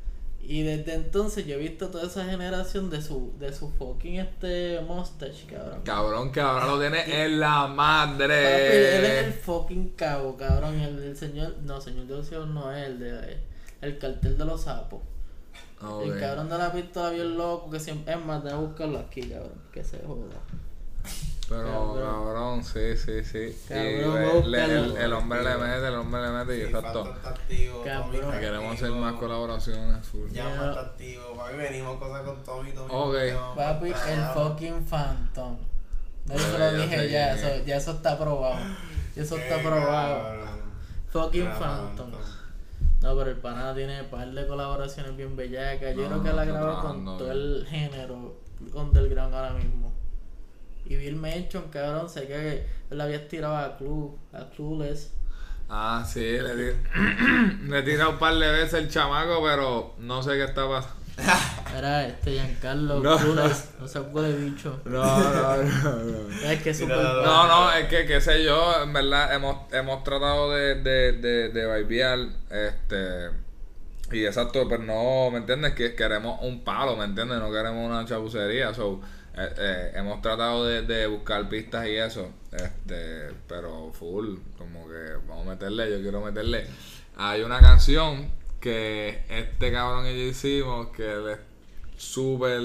Y desde entonces yo he visto toda esa generación de su, de su fucking este mustache, cabrón. Cabrón, que ahora lo tiene en la Papi, madre. él es el fucking cabo, cabrón. El, el señor, no, señor de los cielos no es el de el cartel de los sapos. Okay. El cabrón de la pistola bien loco que siempre, es más, déjame buscarlo aquí, cabrón, que se joda. Pero, Cabrón. cabrón, sí, sí, sí. Cabrón, y pues, le- el, búscalo. el hombre le mete, el hombre le mete y Sí, exacto. Phantom está activo, Cabrón. Tommy está Y queremos hacer activo, más colaboraciones, full. Llama Yeah. está activo, papi, venimos cosas con Tommy, Tommy. Ok. Tommy, Papi, Tommy, el Tommy. fucking Phantom. No, yo Ay, te lo ya dije sé ya, quién eso, es. ya eso está aprobado. Eso Qué está aprobado. cabrón. Fucking Era Phantom. No, pero el pana tiene un par de colaboraciones bien bellacas. Yo No, creo que la está grabó con trabajando todo bien. el género underground ahora mismo. Y Bill Mention, cabrón, sé que él había tirado a Clue, a Clueless. Ah, sí, le, di- le he tirado un par de veces el chamaco, pero no sé qué está pasando. Era este Giancarlo No. Clueless, no sé cuál es bicho. No, no, no, no. Es que es súper Mira, No, no, es que, qué sé yo, en verdad, hemos, hemos tratado de, de, de, de vibear, este, y exacto, pero no, ¿me entiendes? Que queremos un palo, ¿me entiendes? No queremos una chapucería, so, eh, eh, hemos tratado de, de buscar pistas y eso, este, pero full, como que vamos a meterle, yo quiero meterle. Hay una canción que este cabrón y yo hicimos que él es súper,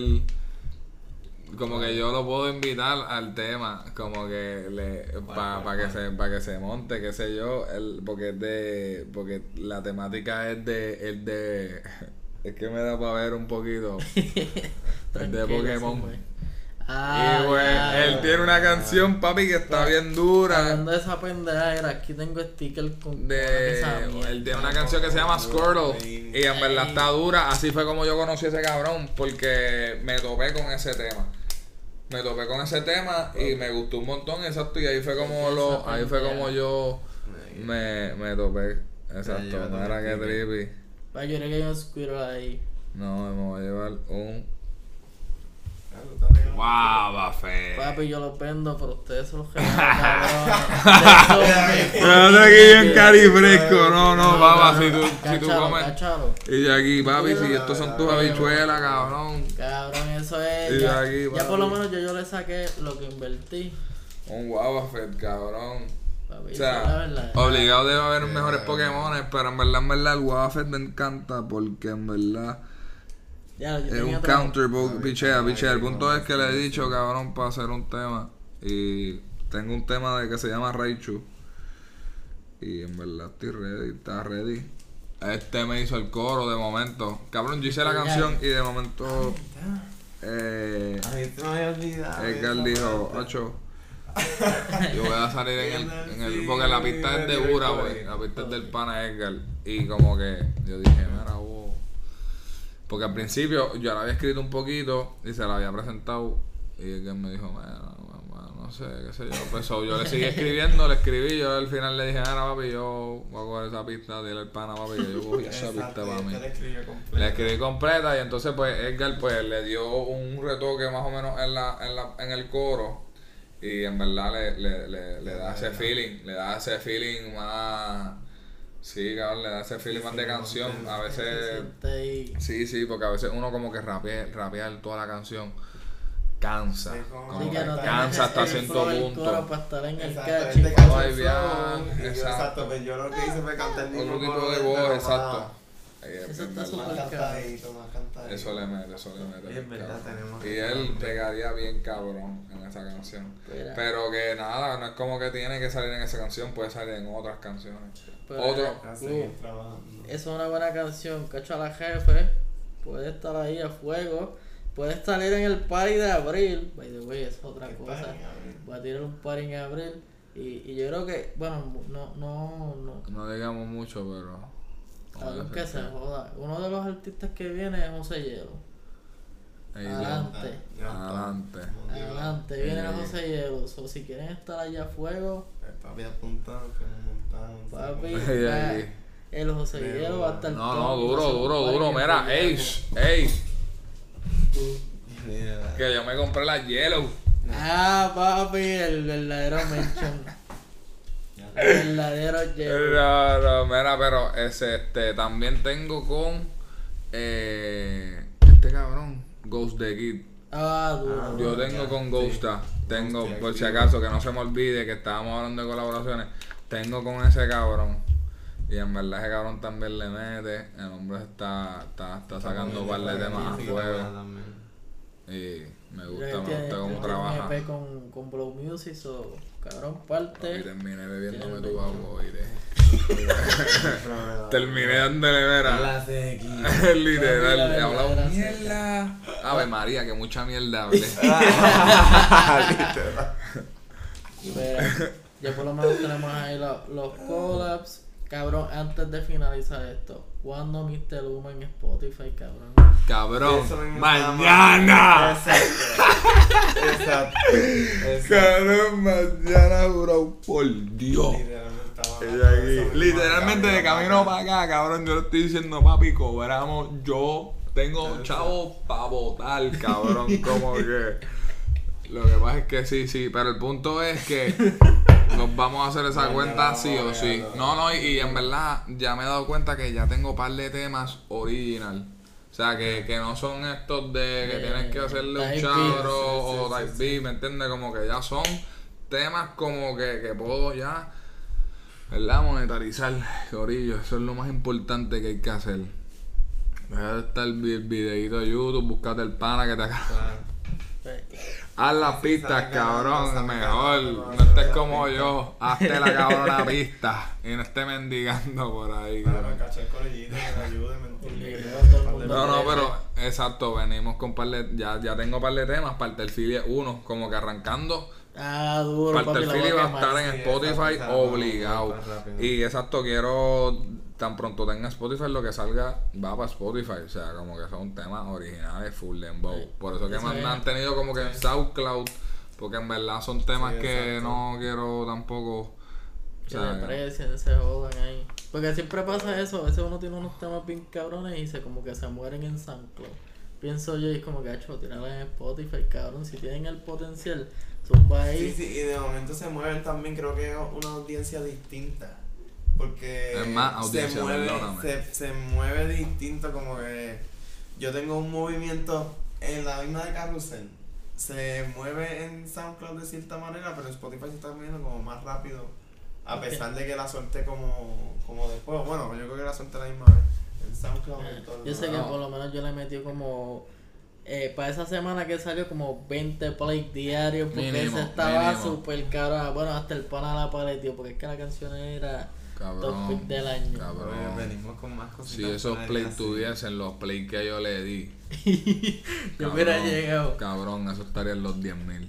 como que yo lo puedo invitar al tema, como que le para pa que se para que se monte, qué sé yo, el, porque es de porque la temática es de es de es que me da para ver un poquito es de Tranquilo, Pokémon. sí, güey. Ah, Y pues ya, él ya. tiene una canción, papi, que está bien dura. Hablando de esa pendejera, aquí tengo sticker con De, esa mierda. él tiene una canción que se llama Squirtle y en verdad está dura. Así fue como yo conocí a ese cabrón, porque me topé con ese tema. Me topé con ese tema y me gustó un montón, exacto. Y ahí fue como lo, ahí fue como yo me, me topé, exacto. No era que trippy. Va, yo creo que hay un Squirtle ahí. No, me voy a llevar un Ah, tú estás pegando. guava fe. Papi, yo los vendo, pero ustedes son los que cabrón. Quédate aquí bien cari fresco, no, no, papá, si tú, si tú Cáchalo, comes. cáchalo. Y de aquí, papi, si estos son tus habichuelas, cabrón. Cabrón, eso es. Y Ya, aquí, ya papi. por lo menos yo, yo le saqué lo que invertí. Un guava fed, cabrón. Papi, O eso es la sea, verdad. obligado debe haber mejores Pokémones, pero en verdad, en verdad, el guava fed me encanta porque en verdad Ya, yo es tenía un otra- counter, po- pichea, pichea. El punto es que le he dicho, cabrón, para hacer un tema. Y tengo un tema de que se llama Raichu. Y en verdad estoy ready, está ready. Este me hizo el coro de momento. Cabrón, yo hice la Ya. canción y de momento eh, A mí se me había olvidado. Edgar esa dijo, parte. ocho. Yo voy a salir en el, en el porque la pista es de Ura, güey. La pista es del pana Edgar. Y como que yo dije, mira, vos. Porque al principio yo la había escrito un poquito y se la había presentado. Y Edgar me dijo, mira, mamá, no sé, qué sé yo. Pues so, yo le seguí escribiendo, le escribí. Yo al final le dije, mira, papi, yo voy a coger esa pista. Dile al pana, papi, que yo cogí esa pista Exacto, para y mí. este le escribió completo. La escribí completa y entonces pues Edgar pues le dio un retoque más o menos en la, en la, en el coro y en verdad le, le, le, le da ese feeling, le da ese feeling más, sí cabrón, le da ese feeling más de canción, a veces, Siente ahí. sí, sí, porque a veces uno como que rapea, rapear toda la canción cansa, Sí, como- como Sí, que que no cansa hasta el cierto flow, el punto. coro para estar en el Exacto, cachi. este Vamos a cacho viajar, flow, y yo, exacto. exacto, pues yo lo que hice fue cantar el mismo Otro tipo coro de del voz, pero exacto. más- Eh, Eso en está verdad. súper Más cantadito, más cantadito. Eso le mete, eso le mete. Y en verdad cabrón. tenemos Y que él trabajar. pegaría bien cabrón en esa canción. Mira. Pero que nada, no es como que tiene que salir en esa canción, puede salir en otras canciones. Pero, Otro. A uh, seguir trabajando. Eso es una buena canción, cacho a la jefe. Puede estar ahí a fuego. Puede salir en el party de abril. By the way, es otra ¿Qué cosa. party en abril? Va a tirar un party en abril. Y, y yo creo que, bueno, no, no, no. No digamos mucho, pero. Cabrón, que se joda. Uno de los artistas que viene es José Hielo. Ahí Adelante. Ya está. Adelante. Adelante, viene Ey. José Hielo. O si quieren estar allá a fuego, El papi apuntado, que me montaron. papi, Ey, va- ey. el José Pero, Hielo va a estar No, no, todo, duro, hacer un duro, party duro. bien Mira, bellaco. ey, ey. Mira. Que yo me compré la Yellow. Ah, papi, el verdadero mention. El verdadero Hielo. No, no, mira, pero ese, este, también tengo con Eh, este cabrón, Ghost the Kid. Ah, duro. Yo tengo ya, con sí. Ghosta, tengo, Ghost the por si Kid. acaso, que no se me olvide que estábamos hablando de colaboraciones, tengo con ese cabrón. Y en verdad ese cabrón también le mete, el hombre está, está, está sacando un par de temas a fuego. Y me gusta, me gusta cómo trabaja. Tiene un E P con, con Blow Music, so, cabrón, Y parte. terminé bebiéndome Tiene tu el agua, oíste. Terminé dándole vera. Clase aquí. Literal, Mira, he hablado verdad, mierda. Ave María, que mucha mierda hablé. Mira, ya por lo menos tenemos ahí lo- los collabs. Cabrón, antes de finalizar esto, ¿cuándo mister Luma en Spotify, cabrón? Cabrón, Eso mismo mañana. Exacto. Exacto. Exacto. Cabrón, mañana, bro, por Dios. Literalmente estaba Ella hablando de aquí. eso mismo, Literalmente de camino para acá, cabrón. Yo le estoy diciendo, papi, cobramos. Yo tengo chavos para votar, cabrón. Como que. Lo que pasa es que sí, sí. Pero el punto es que nos vamos a hacer esa Ya, cuenta ya, sí o ya, sí. ya, No, no, y, ya. y en verdad ya me he dado cuenta que ya tengo par de temas original. O sea, que, que no son estos de que De tienes que hacerle un Type chabro beat. o Sí, sí, type sí, beat, ¿me entiendes? Como que ya son temas como que, que puedo ya, ¿verdad? Monetarizar, corillo. Eso es lo más importante que hay que hacer. Deja de estar el vi- videíto de YouTube, buscate el pana que te acaba. Pues, Haz las Sí, pistas, sabe ganando, cabrón, sabe mejor. ganando, No sabe estés ganando como las yo. Hazte la cabrona pista y no estés mendigando por ahí. Claro, cabrón. caché el colillito que me ayude, ¿me Porque entiendes? todo el mundo- No, no, pero exacto, venimos con par de, ya, ya tengo par de temas, parte del Philly uno, como que arrancando. Ah, duro, Parte papi, del la Philly voy a va a estar quemar. en sí, Spotify exacto, obligado. vamos, vamos, rápido. Y exacto, quiero, tan pronto tenga Spotify, lo que salga va para Spotify. O sea, como que son temas originales, full dembow. Sí. Por eso que Eso me es. han tenido como que en SoundCloud, porque en verdad son temas Sí, que exacto. no quiero tampoco. O Que sea, desprecian, se jodan ahí. Porque siempre pasa eso, a veces uno tiene unos temas bien cabrones y se como que se mueren en SoundCloud. Pienso yo y es como que, hacho, tirarla en Spotify, cabrón, si tienen el potencial, zumba ahí. Sí, sí, y de momento se mueven también, creo que es una audiencia distinta. Porque Es más, se audiencia, mueve, perdóname. se, se mueve distinto, como que yo tengo un movimiento en la misma de Carrusel. Se mueve en SoundCloud de cierta manera, pero en Spotify se está moviendo como más rápido. A pesar de que la suerte como, como después. Bueno, yo creo que la suerte la misma vez. En SoundCloud y en todo Yo sé que No. por lo menos yo le metí como eh, para esa semana que salió como veinte plays diarios porque Mínimo, ese estaba mínimo. súper caro. Bueno, hasta el pana la paletio porque es que la canción era top cabrón. pick del año. Cabrón. venimos con más cositas. Si esos por ahí plays así. tuviesen los plays que yo le di, Yo hubiera cabrón, llegado. Cabrón, eso estaría en los diez mil.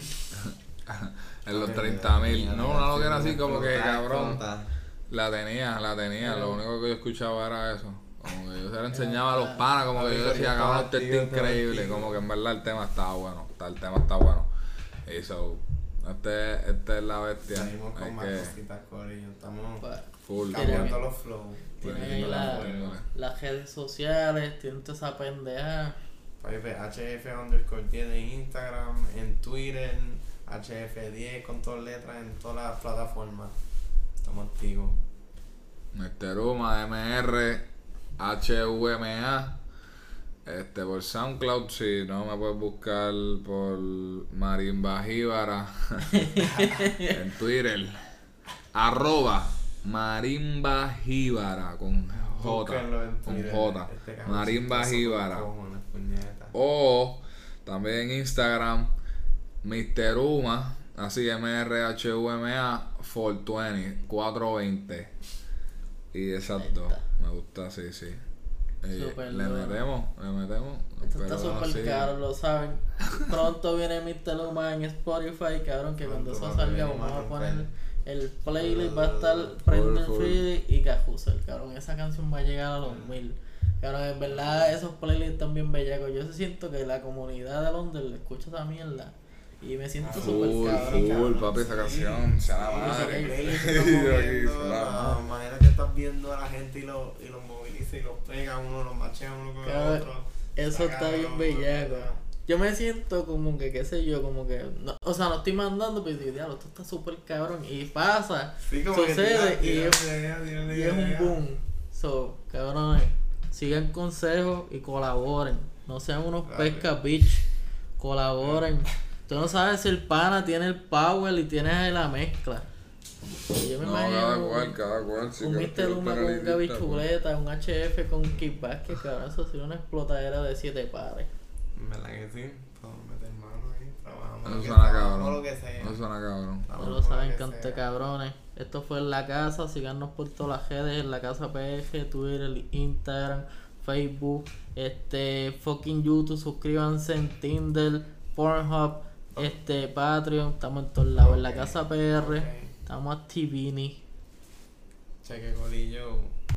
En los Ay, treinta mira, mil. mira, No, la una loquera así canción como que, explota, cabrón. explota. La tenía, la tenía. Lo único que yo escuchaba era eso. Como que yo se lo enseñaba a los Ah, panas, como que yo decía, cabrón, esto está increíble. Como que en verdad el tema estaba bueno. El tema está bueno. Y so, este, este es la bestia. Venimos con Hay más que cositas, corillo. Estamos Pa- full. cambiando full. los flows. Tienen Pues, ahí no, la- no, no. las redes sociales, tienen toda esa pendeja. Papi, H F underscore diez en Instagram, en Twitter, H F diez con todas letras en todas las plataformas. Estamos activos. mister Uma, M R, H U M A. Este, por SoundCloud, si no me puedes buscar por Marimba Jíbara. En Twitter. Arroba Marimba Jíbara con J. Búsquenlo en Con Twitter, J. este cabrón Marimba chistoso Jíbara. con cojones, puñeta. O también en Instagram, mister Uma, así M R H U M A cuatrocientos veinte, cuatrocientos veinte. Y exacto, Ahí está. me gusta, sí, sí. Y Súper le duro. metemos, le metemos. Esto pero está súper así. caro, lo saben. Pronto viene mister Luma en Spotify, cabrón, que cuando Pronto eso va a salga venir vamos a más poner romper. el playlist, va a estar Full, Prenden full. Free y Cajusel, cabrón. Esa canción va a llegar a los mil. Cabrón, en verdad esos playlists están bien bellacos. Yo siento que la comunidad de Londres le escucha esa mierda. Y me siento súper Full, cabrón. full, cabrón, papi, esa sí. canción, sea la Ese madre. playlist que Yo estamos aquí, viendo, sea la la madre. manera que estás viendo a la gente y los y los moviliza y los pega, uno los machea uno con el Cabrón, otro. Eso está bien cabrón, bellaco. ¿verdad? Yo me siento como que, qué sé yo, como que. No, o sea, no estoy mandando, pero digo, diablo, esto está súper cabrón. Y pasa, Sí, como que sucede tira- y, tira es, idea, tira y es un idea. boom. So, cabrones, sigan consejos y colaboren. No sean unos Claro. pesca bitch. Colaboren. Tú no sabes si el pana tiene el power y tienes ahí la mezcla. Y yo me No, imagino cada un- cual, cada cual. Si un quieres mister que Luma guste con un elitista, Gaby pues. Chuleta, un H F con un kickback, que cabrón, eso sería una explotadera de siete pares. ¿Verdad que sí? Podemos meter mano ahí, trabajamos Eso lo que, suena trabajamos cabrón. lo que sea. Eso suena cabrón. No Trabajamos lo saben, que cante sea. cabrones. Esto fue En La Casa. Síganos por todas las redes. En La Casa P F, Twitter, Instagram, Facebook, este, fucking YouTube. Suscríbanse en Tinder, Pornhub, este, Patreon. Estamos en todos lados. En La Ok, Casa P R. ok. Estamos activini. Cheque, Corillo.